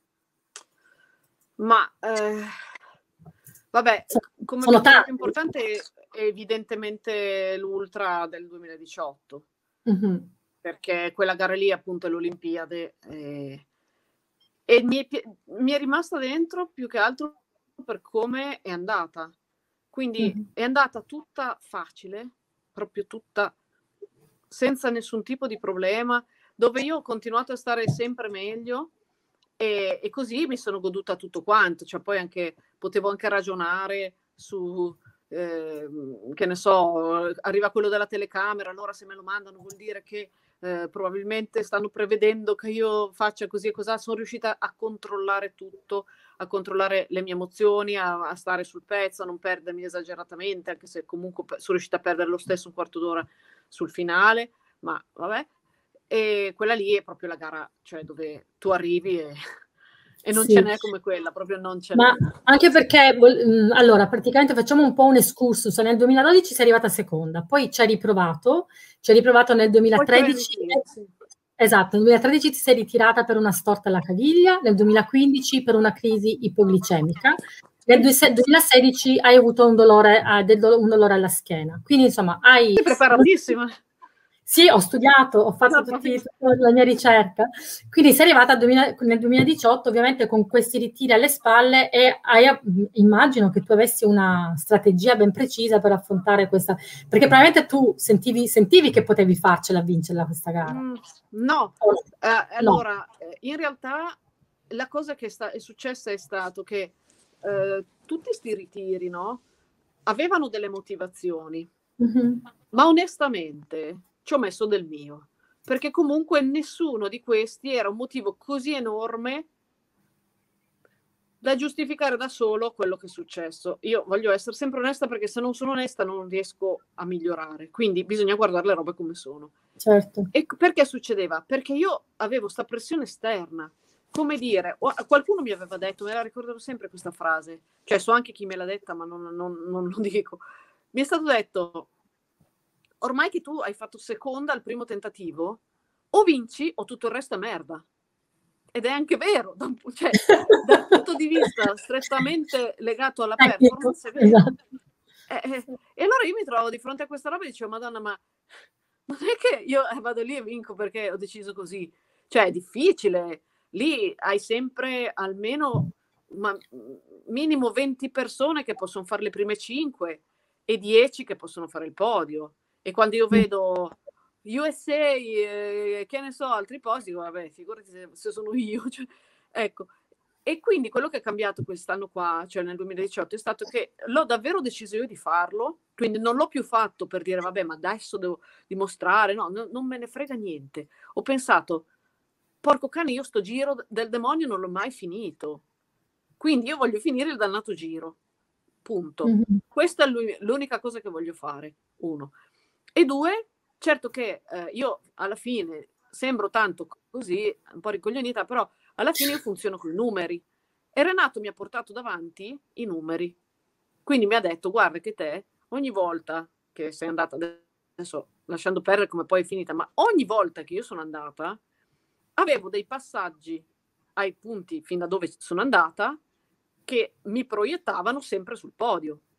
Ma vabbè, come vittoria più importante è evidentemente l'Ultra del 2018, perché quella gara lì appunto è l'Olimpiade e mi è rimasta dentro più che altro per come è andata. Quindi è andata tutta facile, proprio tutta, senza nessun tipo di problema, dove io ho continuato a stare sempre meglio e così mi sono goduta tutto quanto. Cioè poi potevo anche ragionare su, che ne so, arriva quello della telecamera, allora se me lo mandano vuol dire che probabilmente stanno prevedendo che io faccia così e così. Sono riuscita a controllare tutto, a controllare le mie emozioni, a stare sul pezzo, a non perdermi esageratamente, anche se comunque sono riuscita a perdere lo stesso un quarto d'ora sul finale, ma vabbè. E quella lì è proprio la gara, cioè dove tu arrivi e non ce n'è come quella, proprio non ce n'è. Ma anche perché, allora, praticamente facciamo un po' un excursus. Nel 2012 sei arrivata seconda, poi ci hai riprovato nel 2013. Esatto, nel 2013 ti sei ritirata per una storta alla caviglia, nel 2015 per una crisi ipoglicemica, nel 2016 hai avuto un dolore alla schiena. Quindi, insomma, Sei preparatissima. Sì, ho studiato, ho fatto tutta la mia ricerca. Quindi sei arrivata nel 2018, ovviamente con questi ritiri alle spalle e immagino che tu avessi una strategia ben precisa per affrontare questa, perché probabilmente tu sentivi che potevi farcela a vincerla questa gara. No, allora, in realtà la cosa che è successa è stato che tutti questi ritiri, no, avevano delle motivazioni, ma onestamente ci ho messo del mio, perché comunque nessuno di questi era un motivo così enorme da giustificare da solo quello che è successo. Io voglio essere sempre onesta, perché se non sono onesta non riesco a migliorare, quindi bisogna guardare le robe come sono. Certo. E perché succedeva? Perché io avevo sta pressione esterna, come dire, qualcuno mi aveva detto, me la ricorderò sempre questa frase, cioè so anche chi me l'ha detta, ma non lo dico. Mi è stato detto: ormai che tu hai fatto seconda al primo tentativo, o vinci o tutto il resto è merda. Ed è anche vero, dal punto di vista strettamente legato alla performance, è vero. Esatto. E allora io mi trovo di fronte a questa roba e dicevo: Madonna, ma non è che io vado lì e vinco perché ho deciso così. Cioè è difficile, lì hai sempre almeno minimo 20 persone che possono fare le prime 5 e 10 che possono fare il podio. E quando io vedo USA, che ne so, altri posti, dico, vabbè, figurati se sono io. Cioè, ecco. E quindi quello che è cambiato quest'anno qua, cioè nel 2018, è stato che l'ho davvero deciso io di farlo, quindi non l'ho più fatto per dire vabbè, ma adesso devo dimostrare, no, non me ne frega niente. Ho pensato, porco cane, io sto giro del demonio non l'ho mai finito, quindi io voglio finire il dannato giro, punto. Questa è l'unica cosa che voglio fare, 1. E 2, certo che io alla fine sembro tanto così, un po' ricoglionita, però alla fine io funziono con i numeri. E Renato mi ha portato davanti i numeri. Quindi mi ha detto: guarda che te, ogni volta che sei andata, adesso lasciando perdere come poi è finita, ma ogni volta che io sono andata, avevo dei passaggi ai punti fin da dove sono andata che mi proiettavano sempre sul podio.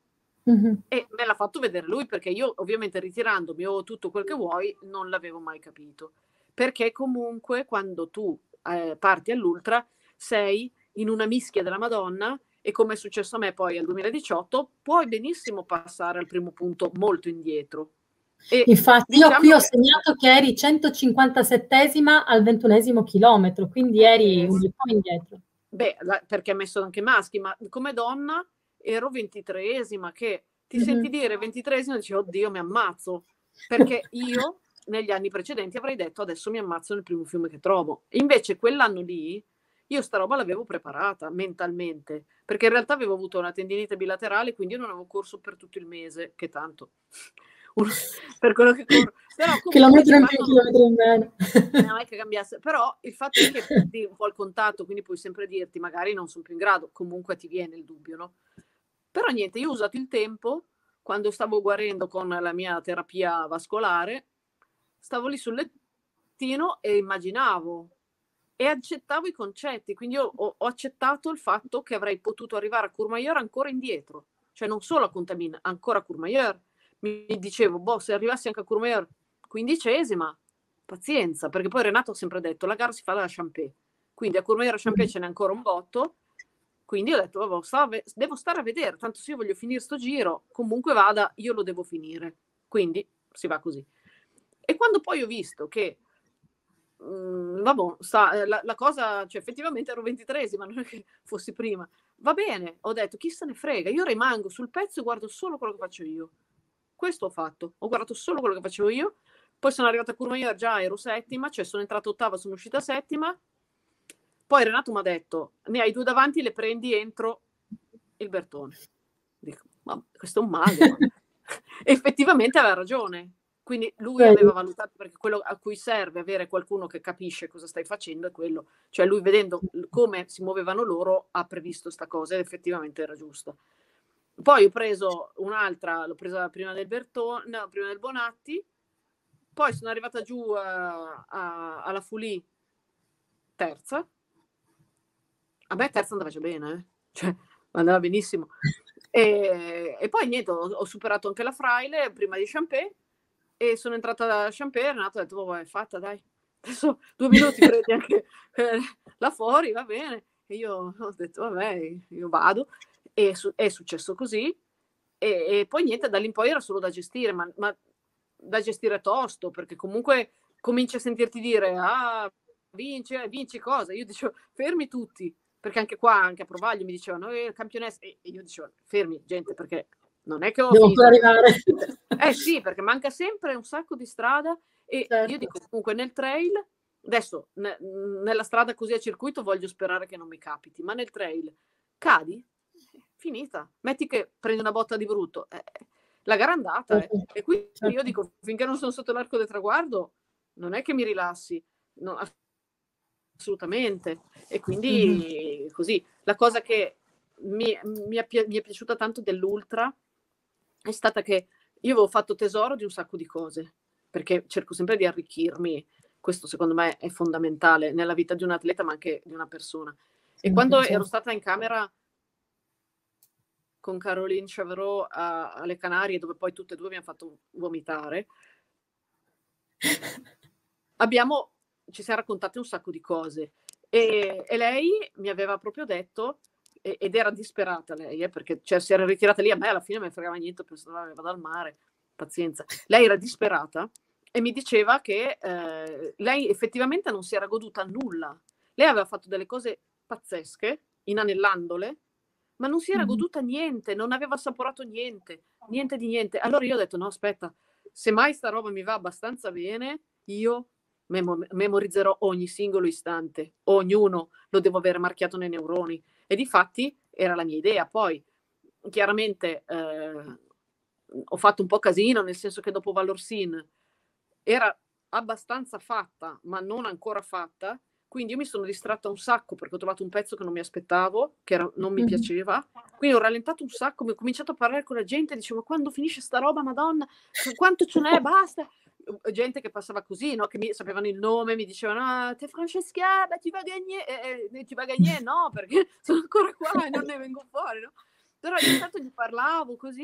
E me l'ha fatto vedere lui, perché io ovviamente ritirandomi o tutto quel che vuoi non l'avevo mai capito, perché comunque quando tu parti all'ultra sei in una mischia della Madonna, e come è successo a me poi al 2018 puoi benissimo passare al primo punto molto indietro. E infatti io qui ho segnato che eri 157esima al 21esimo chilometro, quindi eri un po' indietro. Beh, perché ha messo anche maschi, ma come donna ero 23esima, che ti senti dire 23esima e dici oddio mi ammazzo, perché io negli anni precedenti avrei detto adesso mi ammazzo nel primo fiume che trovo. E invece quell'anno lì io sta roba l'avevo preparata mentalmente, perché in realtà avevo avuto una tendinite bilaterale, quindi io non avevo corso per tutto il mese, che tanto per quello che corro. Però chilometro in più, chilometro in meno. Non è che cambiasse, però il fatto è che perdi un po' il contatto, quindi puoi sempre dirti magari non sono più in grado, comunque ti viene il dubbio, no? Però niente, io ho usato il tempo, quando stavo guarendo con la mia terapia vascolare, stavo lì sul lettino e immaginavo e accettavo i concetti, quindi io ho accettato il fatto che avrei potuto arrivare a Courmayeur ancora indietro, cioè non solo a Contamine, ancora a Courmayeur. Mi dicevo, boh, se arrivassi anche a Courmayeur 15esima, pazienza, perché poi Renato ha sempre detto la gara si fa da Champé, quindi a Courmayeur a Champé ce n'è ancora un botto, quindi ho detto devo stare a vedere, tanto se io voglio finire sto giro, comunque vada, io lo devo finire, quindi si va così. E quando poi ho visto che la cosa, cioè effettivamente ero 23esima, non è che fossi prima, va bene, ho detto chi se ne frega, io rimango sul pezzo e guardo solo quello che faccio io. Questo ho fatto, ho guardato solo quello che facevo io, poi sono arrivata a Courmayeur, già ero settima, cioè sono entrata ottava, sono uscita settima, poi Renato mi ha detto ne hai 2 davanti, le prendi entro il Bertone. Dico, ma questo è un mago. Effettivamente aveva ragione, quindi lui aveva valutato, perché quello a cui serve avere qualcuno che capisce cosa stai facendo è quello, cioè lui vedendo come si muovevano loro ha previsto sta cosa ed effettivamente era giusta. Poi ho preso un'altra, l'ho presa prima del Bertone, no, prima del Bonatti, poi sono arrivata giù alla Fulì terza. A me terza andava già bene, cioè andava benissimo. E poi niente, ho superato anche la Fraile prima di Champé e sono entrata da Champé e Renato ha detto è fatta, dai, adesso 2 minuti prendi anche là fuori, va bene. E io ho detto vabbè, io vado. E è successo così e poi niente, da lì in poi era solo da gestire, ma da gestire tosto, perché comunque cominci a sentirti dire vinci cosa? Io dicevo fermi tutti, perché anche qua, anche a Provaglio mi dicevano campionessa, e io dicevo fermi gente, perché non è che ho devo ancora arrivare. Sì, perché manca sempre un sacco di strada e certo. Io dico comunque nel trail adesso nella strada così a circuito voglio sperare che non mi capiti, ma nel trail cadi, finita, metti che prendi una botta di brutto, la gara è andata e quindi io dico finché non sono sotto l'arco del traguardo non è che mi rilassi, no, assolutamente. E quindi così la cosa che mi è piaciuta tanto dell'ultra è stata che io avevo fatto tesoro di un sacco di cose, perché cerco sempre di arricchirmi, questo secondo me è fondamentale nella vita di un atleta ma anche di una persona. E quando ero stata in camera con Caroline Chaverot alle Canarie, dove poi tutte e due mi hanno fatto vomitare, ci siamo raccontate un sacco di cose e lei mi aveva proprio detto, ed era disperata lei, perché cioè, si era ritirata lì, a me alla fine non mi fregava niente, pensavo vado al mare, pazienza. Lei era disperata e mi diceva che lei effettivamente non si era goduta nulla. Lei aveva fatto delle cose pazzesche, inanellandole, ma non si era goduta niente, non aveva assaporato niente di niente. Allora io ho detto, no aspetta, se mai sta roba mi va abbastanza bene, io memorizzerò ogni singolo istante, ognuno lo devo avere marchiato nei neuroni. E difatti era la mia idea. Poi chiaramente ho fatto un po' casino, nel senso che dopo Vallorsin era abbastanza fatta, ma non ancora fatta, quindi io mi sono distratta un sacco perché ho trovato un pezzo che non mi aspettavo, che non mi piaceva, quindi ho rallentato un sacco, ho cominciato a parlare con la gente, dicevo quando finisce sta roba, madonna, quanto ce n'è, basta. Gente che passava così, no? Che sapevano il nome, mi dicevano te Francesca, tu vas gagner, no, perché sono ancora qua e non ne vengo fuori, no? Però intanto gli parlavo così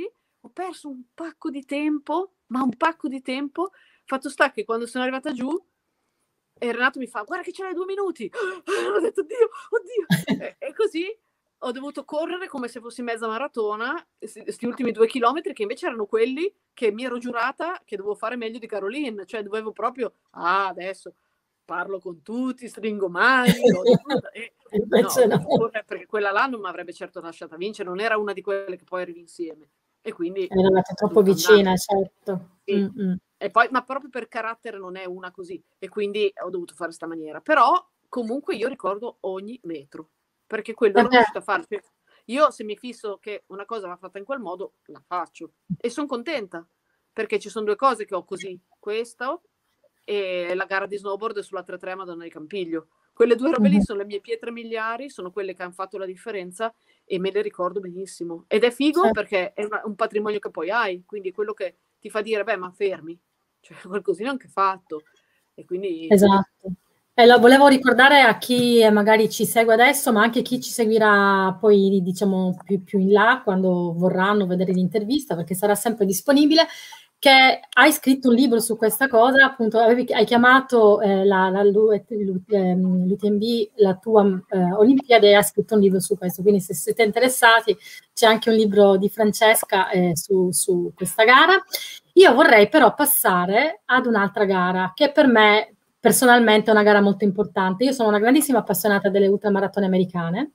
ho perso un pacco di tempo, fatto sta che quando sono arrivata giù, e Renato mi fa, guarda che ce l'hai 2 minuti, ho detto, oddio, e così ho dovuto correre come se fossi mezza maratona, questi ultimi 2 chilometri, che invece erano quelli che mi ero giurata che dovevo fare meglio di Caroline, cioè dovevo proprio, adesso parlo con tutti, stringo mani, invece no. perché quella là non mi avrebbe certo lasciata vincere, non era una di quelle che poi arrivi insieme, e quindi eravate troppo vicina, certo. sì. E poi, ma proprio per carattere non è una così, e quindi ho dovuto fare sta maniera, però comunque io ricordo ogni metro, perché quello ero riuscita a fare. Io, se mi fisso che una cosa va fatta in quel modo, la faccio, e sono contenta, perché ci sono 2 cose che ho così, questo e la gara di snowboard sulla 3-3 Madonna di Campiglio. Quelle 2 robe lì sono le mie pietre miliari, sono quelle che hanno fatto la differenza, e me le ricordo benissimo. Ed è figo, perché è un patrimonio che poi hai, quindi è quello che ti fa dire, beh, ma fermi, cioè qualcosina anche fatto. E quindi... Esatto. E lo volevo ricordare a chi magari ci segue adesso, ma anche chi ci seguirà poi, diciamo, più in là, quando vorranno vedere l'intervista, perché sarà sempre disponibile, che hai scritto un libro su questa cosa, appunto, hai chiamato l'UTMB la tua Olimpiade, e hai scritto un libro su questo, quindi se siete interessati c'è anche un libro di Francesca su questa gara. Io vorrei però passare ad un'altra gara, che per me personalmente è una gara molto importante. Io sono una grandissima appassionata delle ultramaratone americane,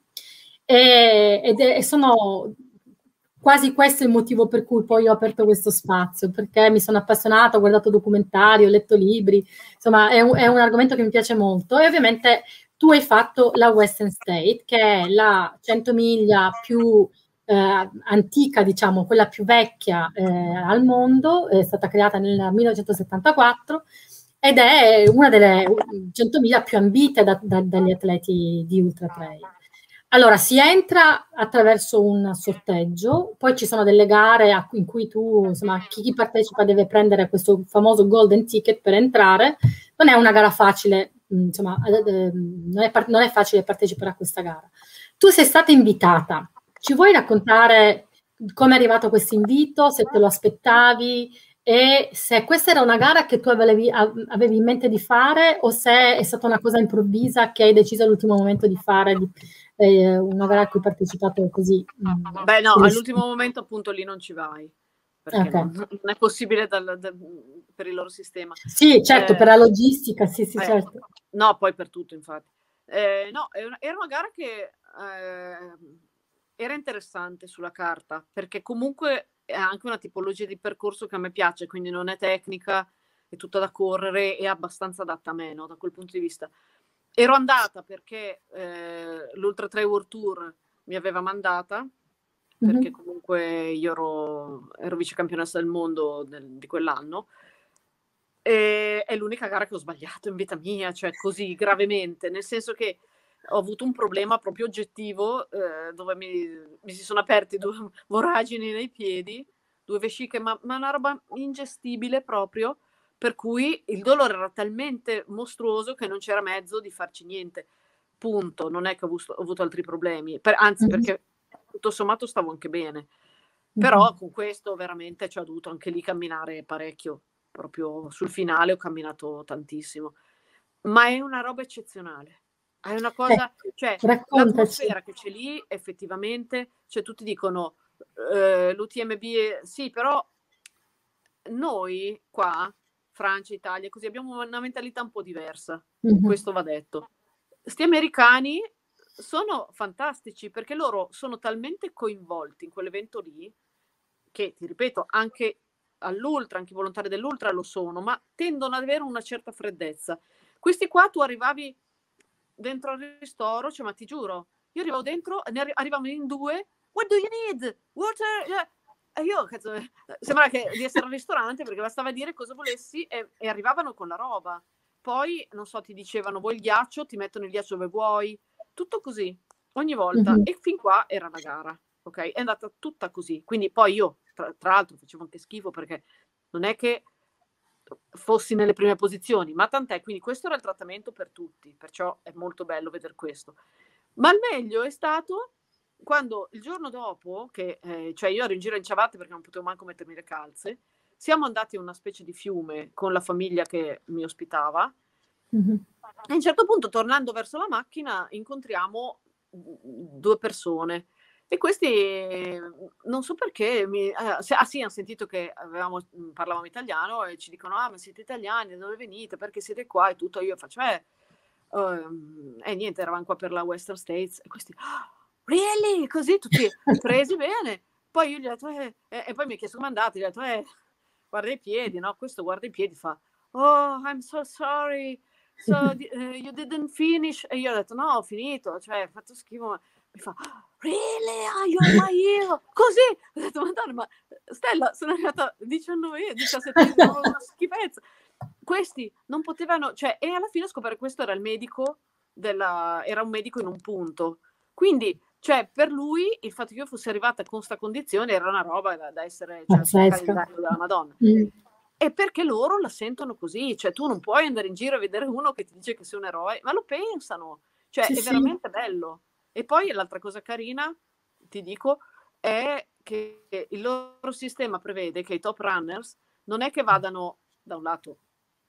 e sono... Quasi questo è il motivo per cui poi ho aperto questo spazio, perché mi sono appassionata, ho guardato documentari, ho letto libri, insomma è un argomento che mi piace molto. E ovviamente tu hai fatto la Western State, che è la 100 miglia più antica, diciamo, quella più vecchia al mondo, è stata creata nel 1974, ed è una delle 100 miglia più ambite dagli atleti di ultra trail. Allora, si entra attraverso un sorteggio, poi ci sono delle gare in cui insomma, chi partecipa deve prendere questo famoso golden ticket per entrare. Non è una gara facile, insomma, non è facile partecipare a questa gara. Tu sei stata invitata, ci vuoi raccontare come è arrivato questo invito, se te lo aspettavi, e se questa era una gara che tu avevi in mente di fare, o se è stata una cosa improvvisa che hai deciso all'ultimo momento di fare, una gara a cui hai partecipato così? Beh, no, all'ultimo momento appunto lì non ci vai, perché non è possibile per il loro sistema. Sì, certo, per la logistica, sì, certo. No, poi per tutto, infatti. No, era una gara che era interessante sulla carta, perché comunque è anche una tipologia di percorso che a me piace, quindi non è tecnica, è tutta da correre, è abbastanza adatta a me, no, da quel punto di vista. Ero andata perché l'Ultra Trail World Tour mi aveva mandata, perché comunque io ero vicecampionessa del mondo di quell'anno, e è l'unica gara che ho sbagliato in vita mia, cioè così gravemente, nel senso che ho avuto un problema proprio oggettivo, dove mi si sono aperti 2 voragini nei piedi, 2 vesciche, ma una roba ingestibile proprio, per cui il dolore era talmente mostruoso che non c'era mezzo di farci niente. Punto. Non è che ho avuto altri problemi, anzi, perché tutto sommato stavo anche bene. Però con questo veramente ci ho dovuto anche lì camminare parecchio. Proprio sul finale ho camminato tantissimo. Ma è una roba eccezionale. È una cosa, cioè l'atmosfera che c'è lì effettivamente, cioè tutti dicono l'UTMB sì, però noi qua, Francia, Italia, così abbiamo una mentalità un po' diversa, questo va detto. Sti americani sono fantastici, perché loro sono talmente coinvolti in quell'evento lì, che ti ripeto, anche all'ultra, anche i volontari dell'ultra lo sono, ma tendono ad avere una certa freddezza. Questi qua, tu arrivavi dentro al ristoro, cioè, ma ti giuro, io arrivavo dentro, ne arrivavano in 2, what do you need? Water? E io, cazzo, sembra di essere al ristorante, perché bastava dire cosa volessi e arrivavano con la roba. Poi, non so, ti dicevano, vuoi il ghiaccio? Ti mettono il ghiaccio dove vuoi. Tutto così, ogni volta. E fin qua era la gara, ok? È andata tutta così. Quindi poi io, tra l'altro, facevo anche schifo, perché non è che fossi nelle prime posizioni, ma tant'è. Quindi questo era il trattamento per tutti, perciò è molto bello vedere questo. Ma il meglio è stato quando il giorno dopo, che cioè io ero in giro in ciabatte perché non potevo manco mettermi le calze, siamo andati a una specie di fiume con la famiglia che mi ospitava. Mm-hmm. E a un certo punto, tornando verso la macchina, incontriamo 2 persone. E questi non so perché sì, hanno sentito che parlavamo italiano e ci dicono: ma siete italiani, da dove venite, perché siete qua e tutto. Io faccio e niente, eravamo qua per la Western States e questi really? Così tutti presi bene. Poi io gli ho detto e poi mi ha chiesto come andate, gli ho detto guarda i piedi, no? Questo guarda i piedi, fa oh I'm so sorry, so you didn't finish. E io ho detto no, ho finito, cioè ho fatto schifo. Mi fa really? You're my hero? Così ho detto madonna, ma Stella, sono arrivata 17 una schifezza. Questi non potevano, cioè, e alla fine ho scoperto che questo era il medico era un medico in un punto, quindi cioè per lui il fatto che io fossi arrivata con sta condizione era una roba da essere, cioè, sul calendario della Madonna. E perché loro la sentono così, cioè tu non puoi andare in giro e vedere uno che ti dice che sei un eroe, ma lo pensano, cioè sì, è veramente bello. E poi l'altra cosa carina, ti dico, è che il loro sistema prevede che i top runners non è che vadano da un lato,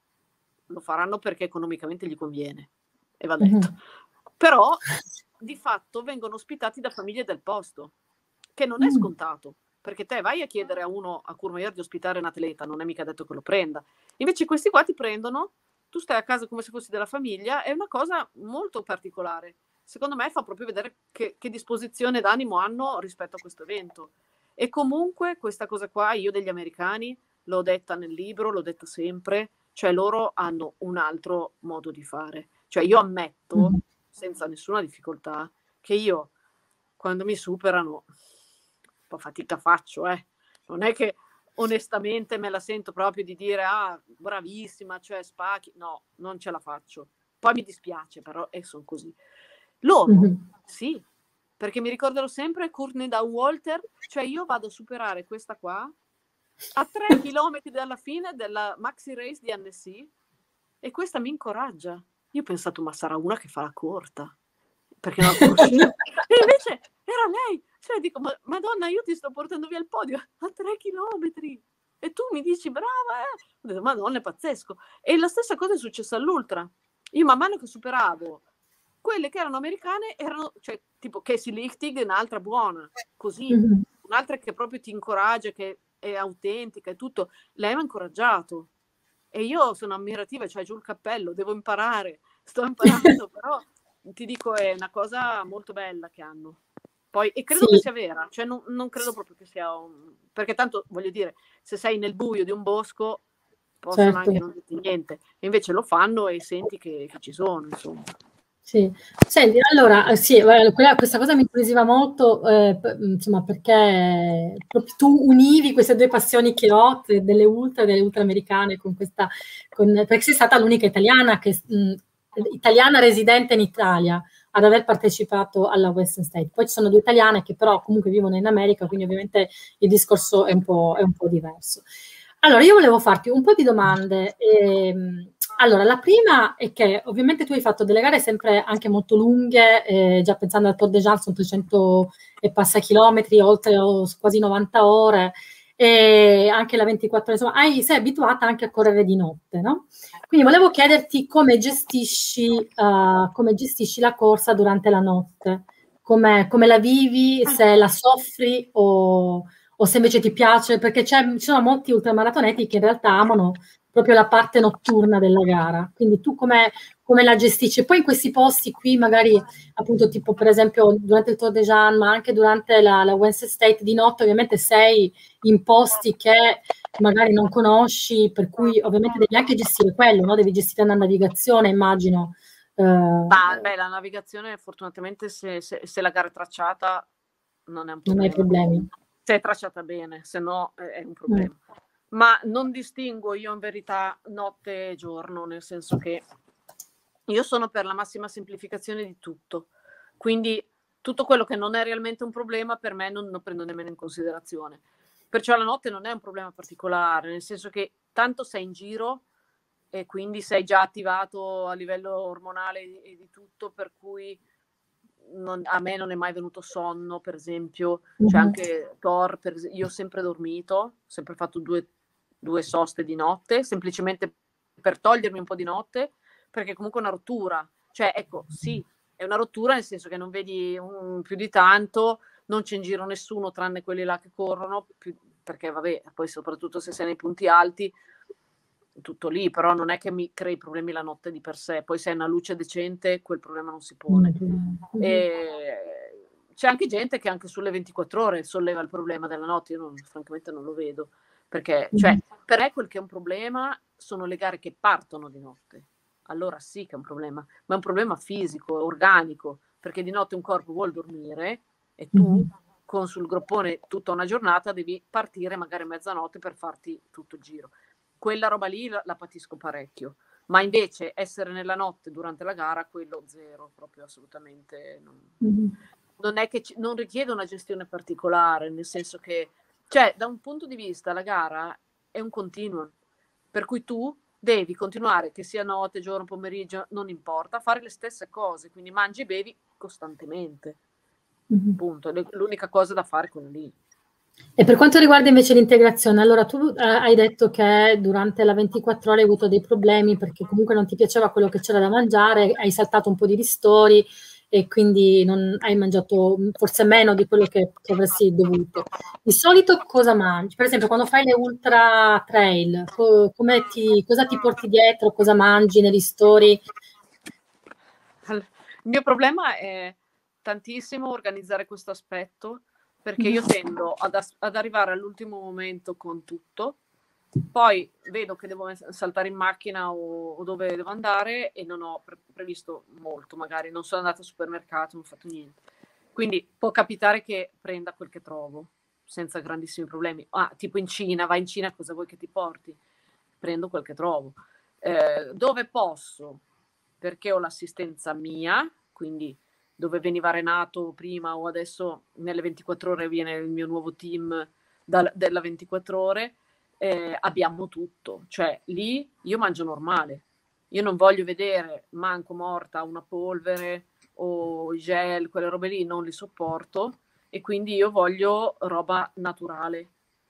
lo faranno perché economicamente gli conviene, e va detto, però di fatto vengono ospitati da famiglie del posto, che non è scontato, perché te vai a chiedere a uno a Courmayeur di ospitare un atleta, non è mica detto che lo prenda. Invece questi qua ti prendono, tu stai a casa come se fossi della famiglia, è una cosa molto particolare. Secondo me fa proprio vedere che disposizione d'animo hanno rispetto a questo evento. E comunque questa cosa qua, io degli americani, l'ho detta nel libro, l'ho detta sempre, cioè loro hanno un altro modo di fare. Cioè io ammetto, senza nessuna difficoltà, che io, quando mi superano, un po' fatica faccio, non è che onestamente me la sento proprio di dire bravissima, cioè spacchi, no, non ce la faccio. Poi mi dispiace, però sono così. Loro, sì, perché mi ricorderò sempre Courtney Dauwalter, cioè io vado a superare questa qua a 3 chilometri dalla fine della maxi race di Annecy e questa mi incoraggia. Io ho pensato, ma sarà una che fa la corta, perché non la conoscevo. E invece era lei. Cioè dico, madonna, io ti sto portando via il podio a 3 chilometri e tu mi dici brava, Ho detto, madonna, è pazzesco. E la stessa cosa è successa all'ultra. Io man mano che superavo quelle che erano americane erano, cioè, tipo Casey Lichtig, un'altra buona, così, un'altra che proprio ti incoraggia, che è autentica e tutto. Lei mi ha incoraggiato e io sono ammirativa, cioè giù il cappello, devo imparare, sto imparando, però ti dico è una cosa molto bella che hanno. Poi, e credo che sia vera, cioè non credo proprio che sia perché tanto voglio dire, se sei nel buio di un bosco possono anche non dirti niente, e invece lo fanno e senti che ci sono, insomma. Sì, senti, allora, questa cosa mi incuriosiva molto, insomma, perché proprio tu univi queste due passioni che ho, delle ultra americane, perché sei stata l'unica italiana, italiana residente in Italia ad aver partecipato alla Western State. Poi ci sono 2 italiane che però comunque vivono in America, quindi ovviamente il discorso è un po' diverso. Allora, io volevo farti un po' di domande. Allora, la prima è che ovviamente tu hai fatto delle gare sempre anche molto lunghe, già pensando al Tour de Jean sono 300 e passa chilometri, oltre quasi 90 ore, e anche la 24 ore, insomma, sei abituata anche a correre di notte, no? Quindi volevo chiederti come gestisci la corsa durante la notte, come la vivi, se la soffri o se invece ti piace, perché ci sono molti ultramaratoneti che in realtà amano proprio la parte notturna della gara. Quindi tu come la gestisci? Poi in questi posti qui, magari appunto tipo per esempio durante il Tour de Jean, ma anche durante la Wednesday State di notte, ovviamente sei in posti che magari non conosci, per cui ovviamente devi anche gestire quello, no? Devi gestire la navigazione, immagino. La navigazione fortunatamente se la gara è tracciata non è un problema. Non hai problemi. Se è tracciata bene, se no è un problema. Ma non distingo io in verità notte e giorno, nel senso che io sono per la massima semplificazione di tutto, quindi tutto quello che non è realmente un problema per me non lo prendo nemmeno in considerazione. Perciò la notte non è un problema particolare, nel senso che tanto sei in giro e quindi sei già attivato a livello ormonale e di tutto, per cui a me non è mai venuto sonno, per esempio. Cioè anche Thor, io ho sempre dormito, ho sempre fatto due soste di notte, semplicemente per togliermi un po' di notte, perché comunque è una rottura. Cioè, ecco, sì, è una rottura nel senso che non vedi più di tanto, non c'è in giro nessuno tranne quelli là che corrono, perché vabbè, poi soprattutto se sei nei punti alti, tutto lì, però non è che mi crei problemi la notte di per sé. Poi se hai una luce decente, quel problema non si pone. E c'è anche gente che anche sulle 24 ore solleva il problema della notte, io francamente non lo vedo, perché cioè, per me quel che è un problema sono le gare che partono di notte. Allora sì che è un problema, ma è un problema fisico, organico, perché di notte un corpo vuol dormire e tu con sul groppone tutta una giornata devi partire magari a mezzanotte per farti tutto il giro. Quella roba lì la patisco parecchio, ma invece essere nella notte durante la gara, quello zero, proprio assolutamente non è che non richiede una gestione particolare, nel senso che, cioè, da un punto di vista la gara è un continuo, per cui tu devi continuare, che sia notte, giorno, pomeriggio, non importa, a fare le stesse cose, quindi mangi e bevi costantemente. Punto. L'unica cosa da fare è quella lì. E per quanto riguarda invece l'integrazione, allora tu hai detto che durante la 24 ore hai avuto dei problemi perché comunque non ti piaceva quello che c'era da mangiare, hai saltato un po' di ristori e quindi non hai mangiato forse meno di quello che avresti dovuto. Di solito cosa mangi? Per esempio quando fai le ultra trail, cosa ti porti dietro, cosa mangi nei ristori? Il mio problema è tantissimo organizzare questo aspetto, perché io tendo ad arrivare all'ultimo momento con tutto, poi vedo che devo saltare in macchina o dove devo andare e non ho previsto molto, magari non sono andata al supermercato, non ho fatto niente. Quindi può capitare che prenda quel che trovo, senza grandissimi problemi. Tipo in Cina, vai in Cina, cosa vuoi che ti porti? Prendo quel che trovo. Dove posso, perché ho l'assistenza mia, quindi dove veniva Renato prima o adesso nelle 24 ore viene il mio nuovo team della 24 ore, abbiamo tutto. Cioè lì io mangio normale, io non voglio vedere manco morta una polvere o i gel, quelle robe lì non li sopporto e quindi io voglio roba naturale,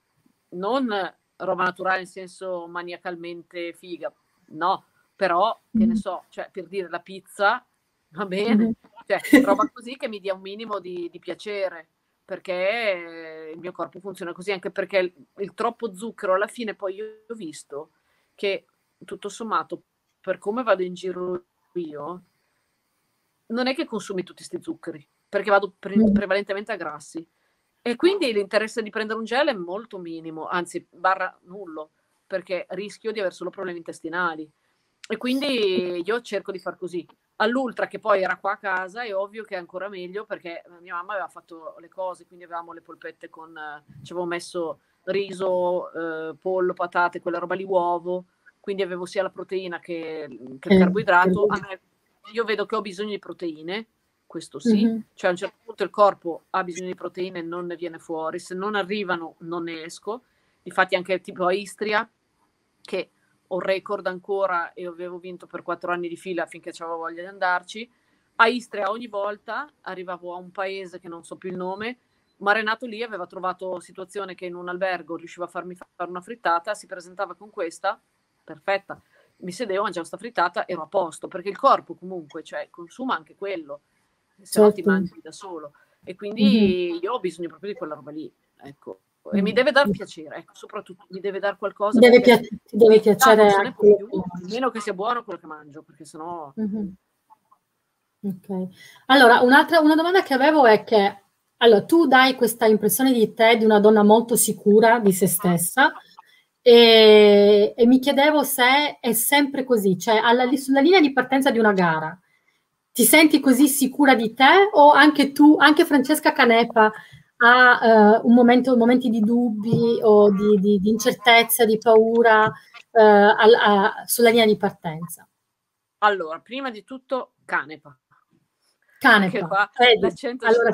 non roba naturale in senso maniacalmente figa, no, però che ne so, cioè per dire la pizza va bene, cioè roba così che mi dia un minimo di piacere, perché il mio corpo funziona così, anche perché il troppo zucchero alla fine poi io ho visto che tutto sommato per come vado in giro io non è che consumi tutti questi zuccheri, perché vado prevalentemente a grassi. E quindi l'interesse di prendere un gel è molto minimo, anzi barra nullo, perché rischio di avere solo problemi intestinali. E quindi io cerco di far così. All'ultra, che poi era qua a casa, è ovvio che è ancora meglio, perché mia mamma aveva fatto le cose, quindi avevamo le polpette con, ci avevo messo riso, pollo, patate, quella roba lì, uovo, quindi avevo sia la proteina che il carboidrato. Io vedo che ho bisogno di proteine, questo sì, cioè a un certo punto il corpo ha bisogno di proteine e non ne viene fuori, se non arrivano non ne esco. Difatti anche tipo a Istria, che ho il record ancora e avevo vinto per 4 anni di fila finché avevo voglia di andarci, a Istria ogni volta arrivavo a un paese che non so più il nome, ma Renato lì aveva trovato situazione che in un albergo riusciva a farmi fare una frittata, si presentava con questa, perfetta, mi sedevo, mangiavo sta frittata, ero a posto, perché il corpo comunque, cioè, consuma anche quello, se no ti mangi da solo. E quindi io ho bisogno proprio di quella roba lì, ecco. E mi deve dar piacere, ecco, soprattutto mi deve dar qualcosa. Ti deve piacere non se ne può anche più, almeno che sia buono quello che mangio, perché sennò... Ok. Allora, una domanda che avevo è che allora, tu dai questa impressione di te di una donna molto sicura di se stessa e mi chiedevo se è sempre così, cioè sulla linea di partenza di una gara, ti senti così sicura di te o anche tu, anche Francesca Canepa ha momenti di dubbi o di incertezza, di paura sulla linea di partenza? Allora, prima di tutto Canepa. Canepa. Qua l'accento allora...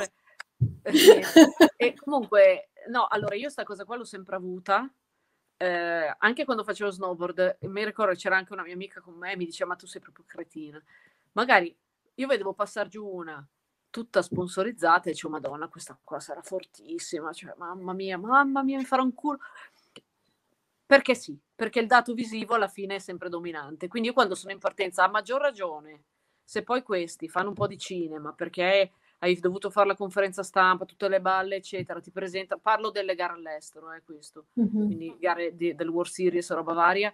E comunque, no, allora io sta cosa qua l'ho sempre avuta, anche quando facevo snowboard, mi ricordo c'era anche una mia amica con me, mi diceva ma tu sei proprio cretina. Magari io vedevo passare giù una tutta sponsorizzata, e dicevo, Madonna, questa qua sarà fortissima, cioè, mamma mia, mi farà un culo. Perché sì, perché il dato visivo alla fine è sempre dominante. Quindi io quando sono in partenza, a maggior ragione, se poi questi fanno un po' di cinema, perché hai dovuto fare la conferenza stampa, tutte le balle, eccetera, ti presenta, parlo delle gare all'estero, questo, quindi gare del World Series, roba varia.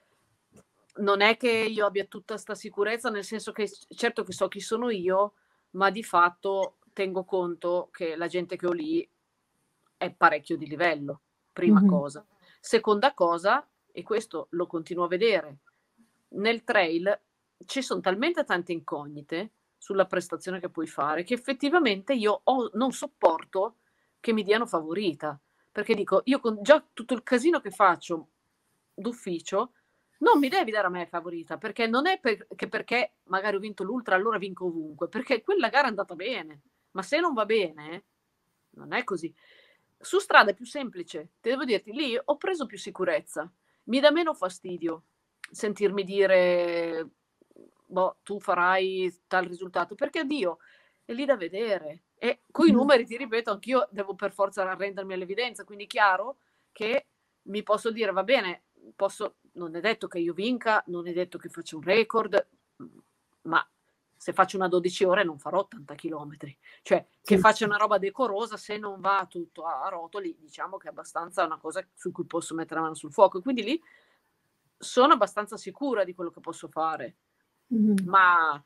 Non è che io abbia tutta sta sicurezza, nel senso che certo che so chi sono io, ma di fatto tengo conto che la gente che ho lì è parecchio di livello, prima cosa. Seconda cosa, e questo lo continuo a vedere, nel trail ci sono talmente tante incognite sulla prestazione che puoi fare che effettivamente io non sopporto che mi diano favorita, perché dico, io con già tutto il casino che faccio d'ufficio, non mi devi dare a me favorita, perché non è perché magari ho vinto l'ultra, allora vinco ovunque, perché quella gara è andata bene, ma se non va bene, non è così. Su strada è più semplice, devo dirti, lì ho preso più sicurezza, mi dà meno fastidio sentirmi dire, boh, tu farai tal risultato, perché addio, è lì da vedere. E coi numeri, ti ripeto, anch'io devo per forza arrendermi all'evidenza, quindi è chiaro che mi posso dire, va bene, non è detto che io vinca, non è detto che faccia un record, ma se faccio una 12 ore non farò 80 chilometri, cioè che faccia una roba decorosa, se non va tutto a rotoli, diciamo che è abbastanza una cosa su cui posso mettere la mano sul fuoco, e quindi lì sono abbastanza sicura di quello che posso fare, ma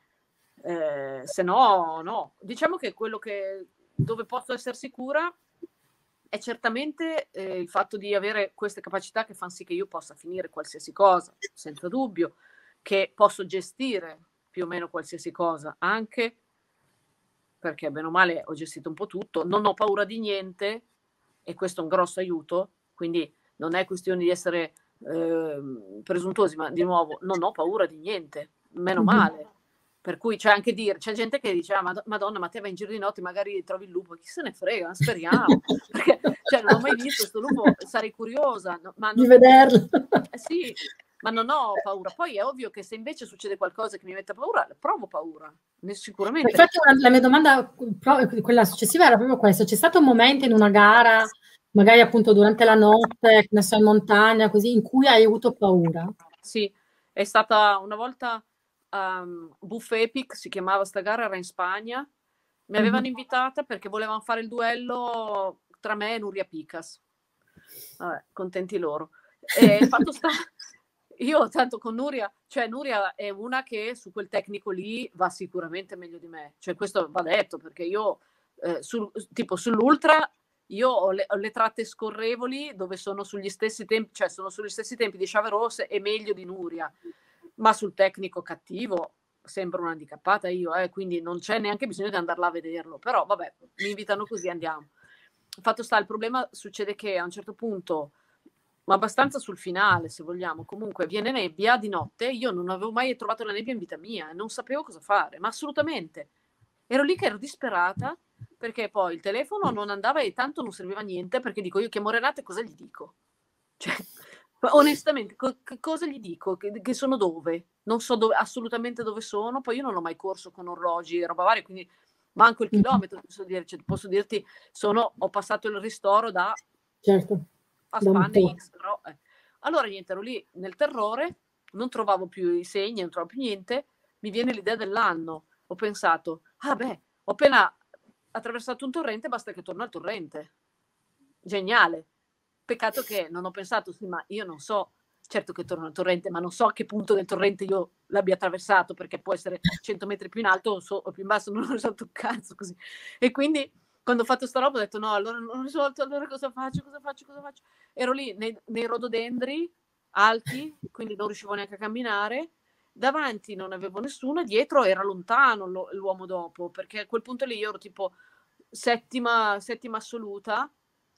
se no, no. Diciamo che dove posso essere sicura è certamente il fatto di avere queste capacità che fanno sì che io possa finire qualsiasi cosa, senza dubbio, che posso gestire più o meno qualsiasi cosa, anche perché bene o male ho gestito un po' tutto, non ho paura di niente, e questo è un grosso aiuto, quindi non è questione di essere presuntuosi, ma di nuovo non ho paura di niente, meno male. Per cui c'è anche c'è gente che dice, Madonna, ma te vai in giro di notte, magari trovi il lupo, chi se ne frega, speriamo, perché cioè, non ho mai visto questo lupo, sarei curiosa, ma di vederlo. Sì, ma non ho paura. Poi è ovvio che se invece succede qualcosa che mi mette paura, provo paura, sicuramente. Infatti la mia domanda, quella successiva, era proprio questa: c'è stato un momento in una gara, magari appunto durante la notte, ne so, in montagna, così, in cui hai avuto paura? Sì, è stata una volta Buff Epic, si chiamava sta gara, era in Spagna, mi avevano invitata perché volevano fare il duello tra me e Nuria Picas. Vabbè, contenti loro. E il fatto sta, io tanto con Nuria, cioè Nuria è una che su quel tecnico lì va sicuramente meglio di me, cioè questo va detto, perché io tipo sull'ultra io ho le tratte scorrevoli dove sono sugli stessi tempi, cioè sono sugli stessi tempi di Chaveros e meglio di Nuria, ma sul tecnico cattivo sembra una handicappata io, quindi non c'è neanche bisogno di andarla a vederlo, però vabbè, mi invitano così, andiamo. Fatto sta, il problema succede che a un certo punto, ma abbastanza sul finale se vogliamo, comunque viene nebbia di notte, io non avevo mai trovato la nebbia in vita mia e non sapevo cosa fare, ma assolutamente. Ero lì che ero disperata, perché poi il telefono non andava e tanto non serviva a niente, perché dico, io chiamo Renata e cosa gli dico? Cioè, onestamente, cosa gli dico? Che sono dove? Non so assolutamente dove sono, poi io non ho mai corso con orologi e roba varia, quindi manco il chilometro, posso dirti, ho passato il ristoro da a spanne X, però, allora niente, ero lì nel terrore, non trovavo più i segni, non trovavo più niente, mi viene l'idea dell'anno, ho pensato, ho appena attraversato un torrente, basta che torno al torrente. Geniale. Peccato che non ho pensato, sì, ma io non so, certo che torno al torrente, ma non so a che punto del torrente io l'abbia attraversato, perché può essere 100 metri più in alto o più in basso, non ho risolto un cazzo così. E quindi quando ho fatto sta roba ho detto no, allora non ho risolto, allora cosa faccio? Ero lì nei rododendri alti, quindi non riuscivo neanche a camminare, davanti non avevo nessuno, dietro era lontano l'uomo dopo, perché a quel punto lì io ero tipo settima assoluta,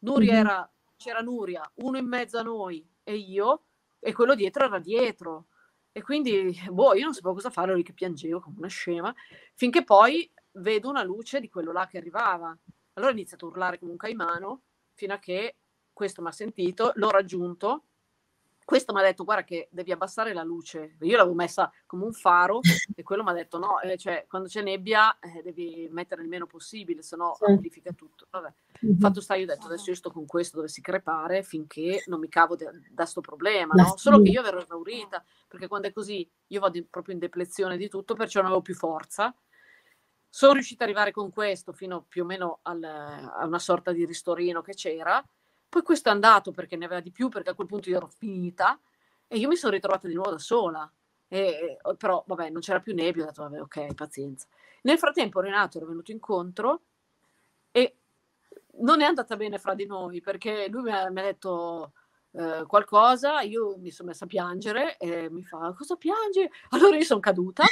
c'era Nuria, uno in mezzo a noi e io, e quello dietro era dietro, e quindi io non sapevo cosa fare, ero lì che piangevo come una scema, finché poi vedo una luce di quello là che arrivava. Allora ho iniziato a urlare come un caimano, fino a che questo mi ha sentito, l'ho raggiunto, questo mi ha detto guarda che devi abbassare la luce, io l'avevo messa come un faro e quello mi ha detto no, cioè, quando c'è nebbia devi mettere il meno possibile, sennò amplifica tutto. Vabbè. Fatto sta, io ho detto adesso io sto con questo, dovessi crepare finché non mi cavo da sto problema, no? Solo che io ero esaurita, perché quando è così io vado proprio in deplezione di tutto, perciò non avevo più forza. Sono riuscita ad arrivare con questo fino più o meno a una sorta di ristorino che c'era. Poi questo è andato perché ne aveva di più, perché a quel punto io ero finita e io mi sono ritrovata di nuovo da sola. Però vabbè, non c'era più nebbia, ho detto vabbè, ok, pazienza. Nel frattempo Renato era venuto incontro e non è andata bene fra di noi, perché lui mi ha detto qualcosa, io mi sono messa a piangere e mi fa cosa piangi? Allora io sono caduta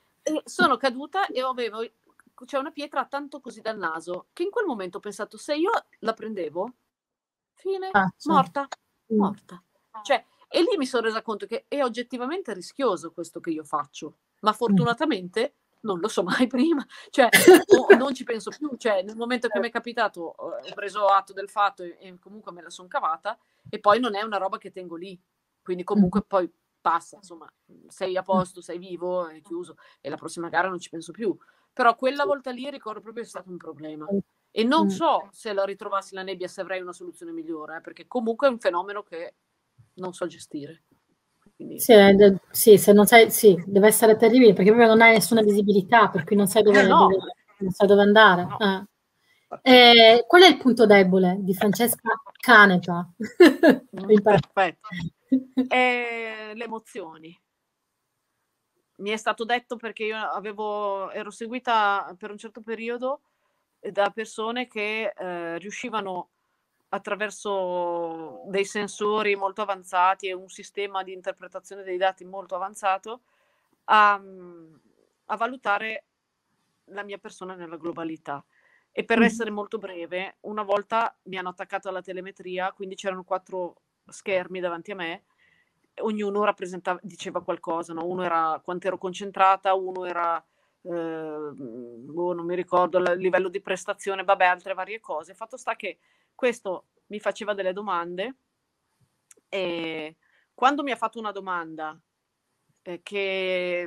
e avevo c'è una pietra tanto così dal naso che in quel momento ho pensato se io la prendevo fine, morta. Cioè, e lì mi sono resa conto che è oggettivamente rischioso questo che io faccio, ma fortunatamente non lo so mai prima, cioè non ci penso più, cioè nel momento che mi è capitato ho preso atto del fatto e comunque me la sono cavata e poi non è una roba che tengo lì, quindi comunque poi passa, insomma, sei a posto, sei vivo, è chiuso e la prossima gara non ci penso più, però quella volta lì ricordo proprio che è stato un problema. E non so se la ritrovassi la nebbia se avrei una soluzione migliore, perché comunque è un fenomeno che non so gestire. Quindi... Sì, se non sai, sì, deve essere terribile perché proprio non hai nessuna visibilità, per cui non sai dove, non sai dove andare. No. Qual è il punto debole di Francesca Canepa? Perfetto. Le emozioni. Mi è stato detto perché io ero seguita per un certo periodo da persone che riuscivano attraverso dei sensori molto avanzati e un sistema di interpretazione dei dati molto avanzato a valutare la mia persona nella globalità. E per essere molto breve, una volta mi hanno attaccato alla telemetria, quindi c'erano 4 schermi davanti a me, ognuno diceva qualcosa, no? Uno era quanto ero concentrata, uno era non mi ricordo il livello di prestazione, vabbè, altre varie cose. Fatto sta che questo mi faceva delle domande e quando mi ha fatto una domanda che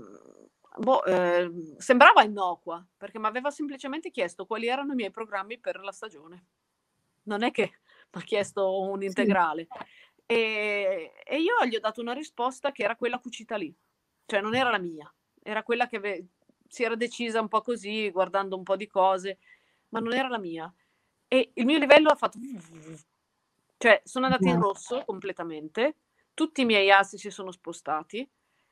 sembrava innocua, perché mi aveva semplicemente chiesto quali erano i miei programmi per la stagione. Non è che mi ha chiesto un integrale. E io gli ho dato una risposta che era quella cucita lì, cioè non era la mia, era quella che si era decisa un po' così, guardando un po' di cose, ma non era la mia. E il mio livello ha fatto... Cioè sono andata in rosso completamente, tutti i miei assi si sono spostati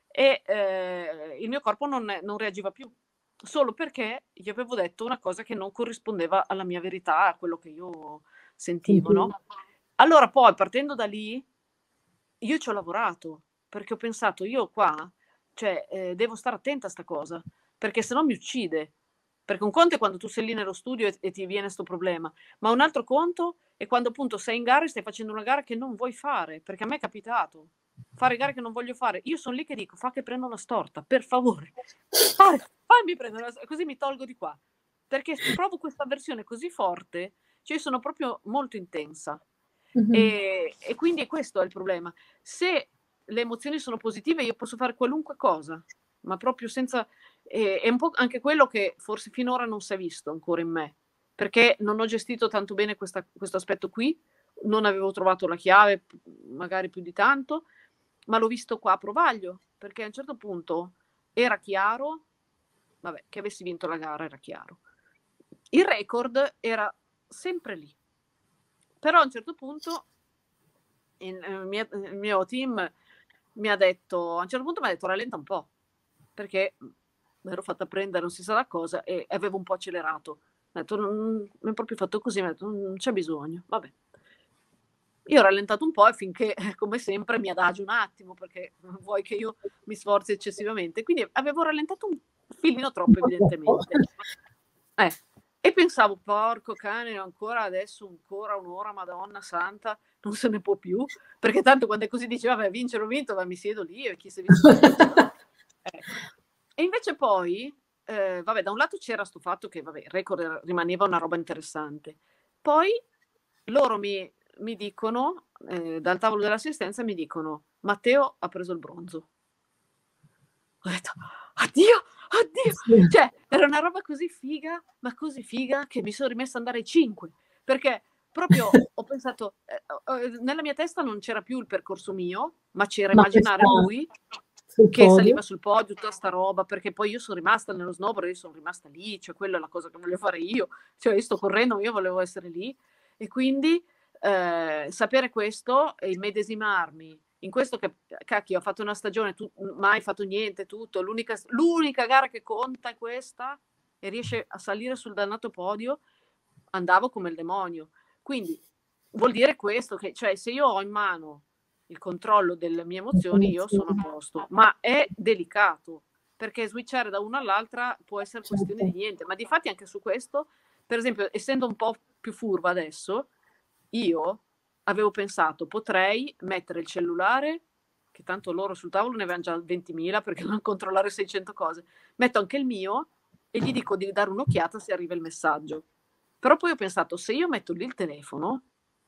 e il mio corpo non reagiva più, solo perché gli avevo detto una cosa che non corrispondeva alla mia verità, a quello che io sentivo, no? Allora poi partendo da lì io ci ho lavorato, perché ho pensato io qua, cioè devo stare attenta a sta cosa, perché se no mi uccide. Perché un conto è quando tu sei lì nello studio e ti viene sto problema, ma un altro conto è quando appunto sei in gara e stai facendo una gara che non vuoi fare, perché a me è capitato fare gare che non voglio fare. Io sono lì che dico, fa che prendo la storta, per favore. Fammi prendere la storta, così mi tolgo di qua. Perché provo questa avversione così forte, cioè io sono proprio molto intensa. E quindi questo è il problema. Se le emozioni sono positive, io posso fare qualunque cosa, ma proprio senza... È un po' anche quello che forse finora non si è visto ancora in me, perché non ho gestito tanto bene questo aspetto qui, non avevo trovato la chiave, magari più di tanto, ma l'ho visto qua a Provaglio, perché a un certo punto era chiaro, vabbè, che avessi vinto la gara era chiaro. Il record era sempre lì. Però a un certo punto il mio team mi ha detto, a un certo punto mi ha detto rallenta un po', perché mi ero fatta prendere non si sa da cosa e avevo un po' accelerato. Mi ha detto, mi ha proprio fatto così, mi ha detto non c'è bisogno, vabbè. Io ho rallentato un po' e finché, come sempre, mi adagio un attimo, perché vuoi che io mi sforzi eccessivamente. Quindi avevo rallentato un filino troppo, evidentemente. E pensavo, porco cane, ancora adesso, ancora un'ora, Madonna Santa, non se ne può più, perché tanto quando è così dice, vabbè, vincere o vinto, ma mi siedo lì e chi si è visto. E invece poi, vabbè, da un lato c'era sto fatto che, vabbè, il record rimaneva una roba interessante. Poi loro mi mi dicono, dal tavolo dell'assistenza mi dicono: Matteo ha preso il bronzo. Ho detto: addio, addio! Cioè, era una roba così figa, ma così figa, che mi sono rimessa ad andare ai 5, perché proprio ho pensato, nella mia testa non c'era più il percorso mio, ma c'era immaginare lui che saliva sul podio, tutta sta roba, perché poi io sono rimasta nello snowboard, io sono rimasta lì, cioè quella è la cosa che voglio fare io, cioè io sto correndo, io volevo essere lì, e quindi sapere questo e immedesimarmi in questo, che cacchio, ho fatto una stagione, mai fatto niente, tutto, l'unica gara che conta è questa, e riesce a salire sul dannato podio, andavo come il demonio. Quindi vuol dire questo, che cioè se io ho in mano il controllo delle mie emozioni, io sono a posto, ma è delicato, perché switchare da una all'altra può essere questione di niente, ma difatti anche su questo, per esempio, essendo un po' più furba adesso, io avevo pensato, potrei mettere il cellulare, che tanto loro sul tavolo ne avevano già 20.000 perché devono controllare 600 cose, metto anche il mio e gli dico di dare un'occhiata se arriva il messaggio. Però poi ho pensato, se io metto lì il telefono,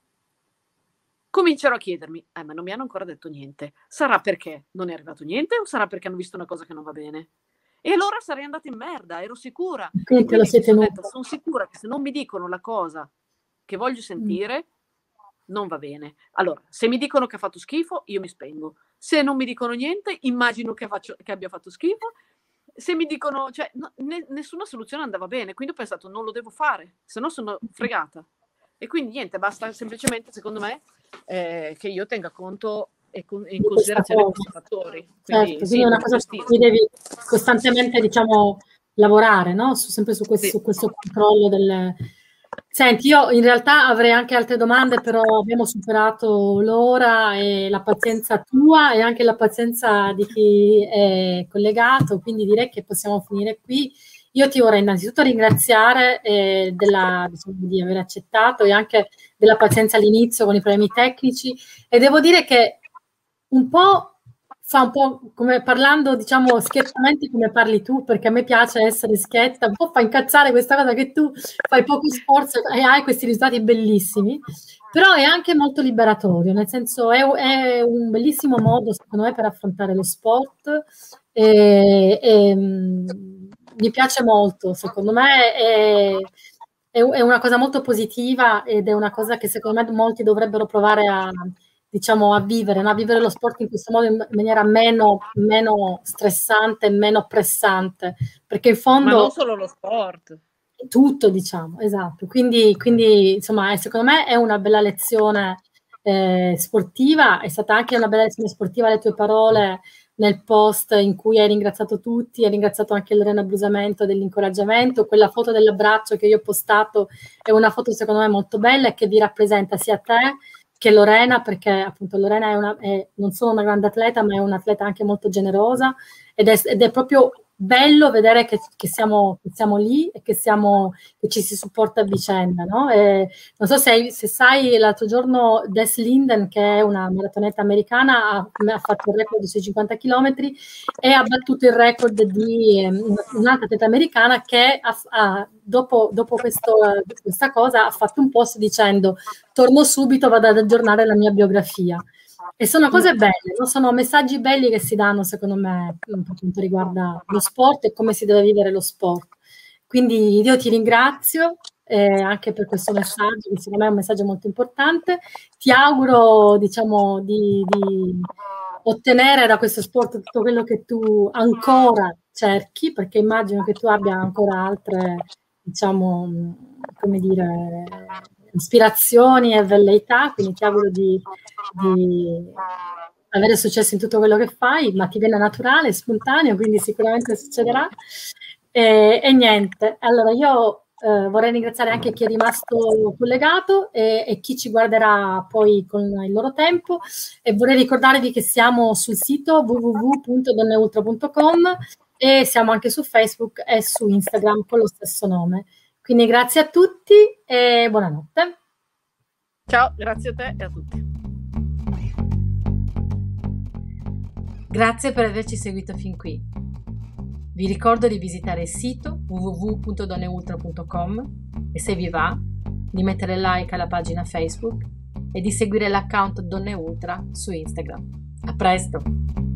comincerò a chiedermi, ma non mi hanno ancora detto niente. Sarà perché non è arrivato niente o sarà perché hanno visto una cosa che non va bene? E allora sarei andata in merda, ero sicura. Quindi te lo sei tenuto. Sono sicura che se non mi dicono la cosa che voglio sentire, non va bene. Allora, se mi dicono che ha fatto schifo, io mi spengo. Se non mi dicono niente, immagino che abbia fatto schifo. Se mi dicono, cioè, nessuna soluzione andava bene, quindi ho pensato, non lo devo fare, se no sono fregata. E quindi niente, basta semplicemente, secondo me, che io tenga conto e in considerazione questi fattori. Quindi, certo, quindi è una cosa su cui devi costantemente, diciamo, lavorare, no? Sempre su questo controllo delle... Senti, io in realtà avrei anche altre domande, però abbiamo superato l'ora, e la pazienza tua e anche la pazienza di chi è collegato, quindi direi che possiamo finire qui. Io ti vorrei innanzitutto ringraziare diciamo, di aver accettato, e anche della pazienza all'inizio con i problemi tecnici, e devo dire che un po' fa un po' come, parlando, diciamo, schiettamente come parli tu, perché a me piace essere schietta, un po' fa incazzare questa cosa che tu fai poco sforzo e hai questi risultati bellissimi, però è anche molto liberatorio, nel senso è un bellissimo modo, secondo me, per affrontare lo sport, mi piace molto, secondo me è una cosa molto positiva, ed è una cosa che secondo me molti dovrebbero provare a, diciamo, a vivere, no? A vivere lo sport in questo modo, in maniera meno stressante, meno pressante, perché in fondo... Ma non solo lo sport. Tutto, diciamo, esatto. Quindi insomma, secondo me è una bella lezione sportiva, è stata anche una bella lezione sportiva le tue parole nel post in cui hai ringraziato tutti, hai ringraziato anche Lorena Brusamento dell'incoraggiamento. Quella foto dell'abbraccio che io ho postato è una foto secondo me molto bella e che vi rappresenta sia te che Lorena, perché appunto Lorena è non solo una grande atleta, ma è un'atleta anche molto generosa, ed è proprio bello vedere che siamo lì e che ci si supporta a vicenda, no? E non so se sai, l'altro giorno Des Linden, che è una maratoneta americana, ha fatto il record sui 50 km e ha battuto il record di un'altra atleta americana che dopo questa cosa ha fatto un post dicendo: torno subito, vado ad aggiornare la mia biografia. E sono cose belle, no? Sono messaggi belli che si danno, secondo me, per quanto riguarda lo sport e come si deve vivere lo sport. Quindi io ti ringrazio anche per questo messaggio, che secondo me è un messaggio molto importante. Ti auguro, diciamo, di ottenere da questo sport tutto quello che tu ancora cerchi, perché immagino che tu abbia ancora altre, diciamo, come dire, ispirazioni e velleità, quindi ti auguro di avere successo in tutto quello che fai, ma ti viene naturale, spontaneo, quindi sicuramente succederà. E niente, allora io vorrei ringraziare anche chi è rimasto collegato e chi ci guarderà poi con il loro tempo, e vorrei ricordarvi che siamo sul sito www.donneultra.com e siamo anche su Facebook e su Instagram con lo stesso nome. Quindi grazie a tutti e buonanotte. Ciao, grazie a te e a tutti. Grazie per averci seguito fin qui. Vi ricordo di visitare il sito www.donneultra.com e, se vi va, di mettere like alla pagina Facebook e di seguire l'account Donne Ultra su Instagram. A presto!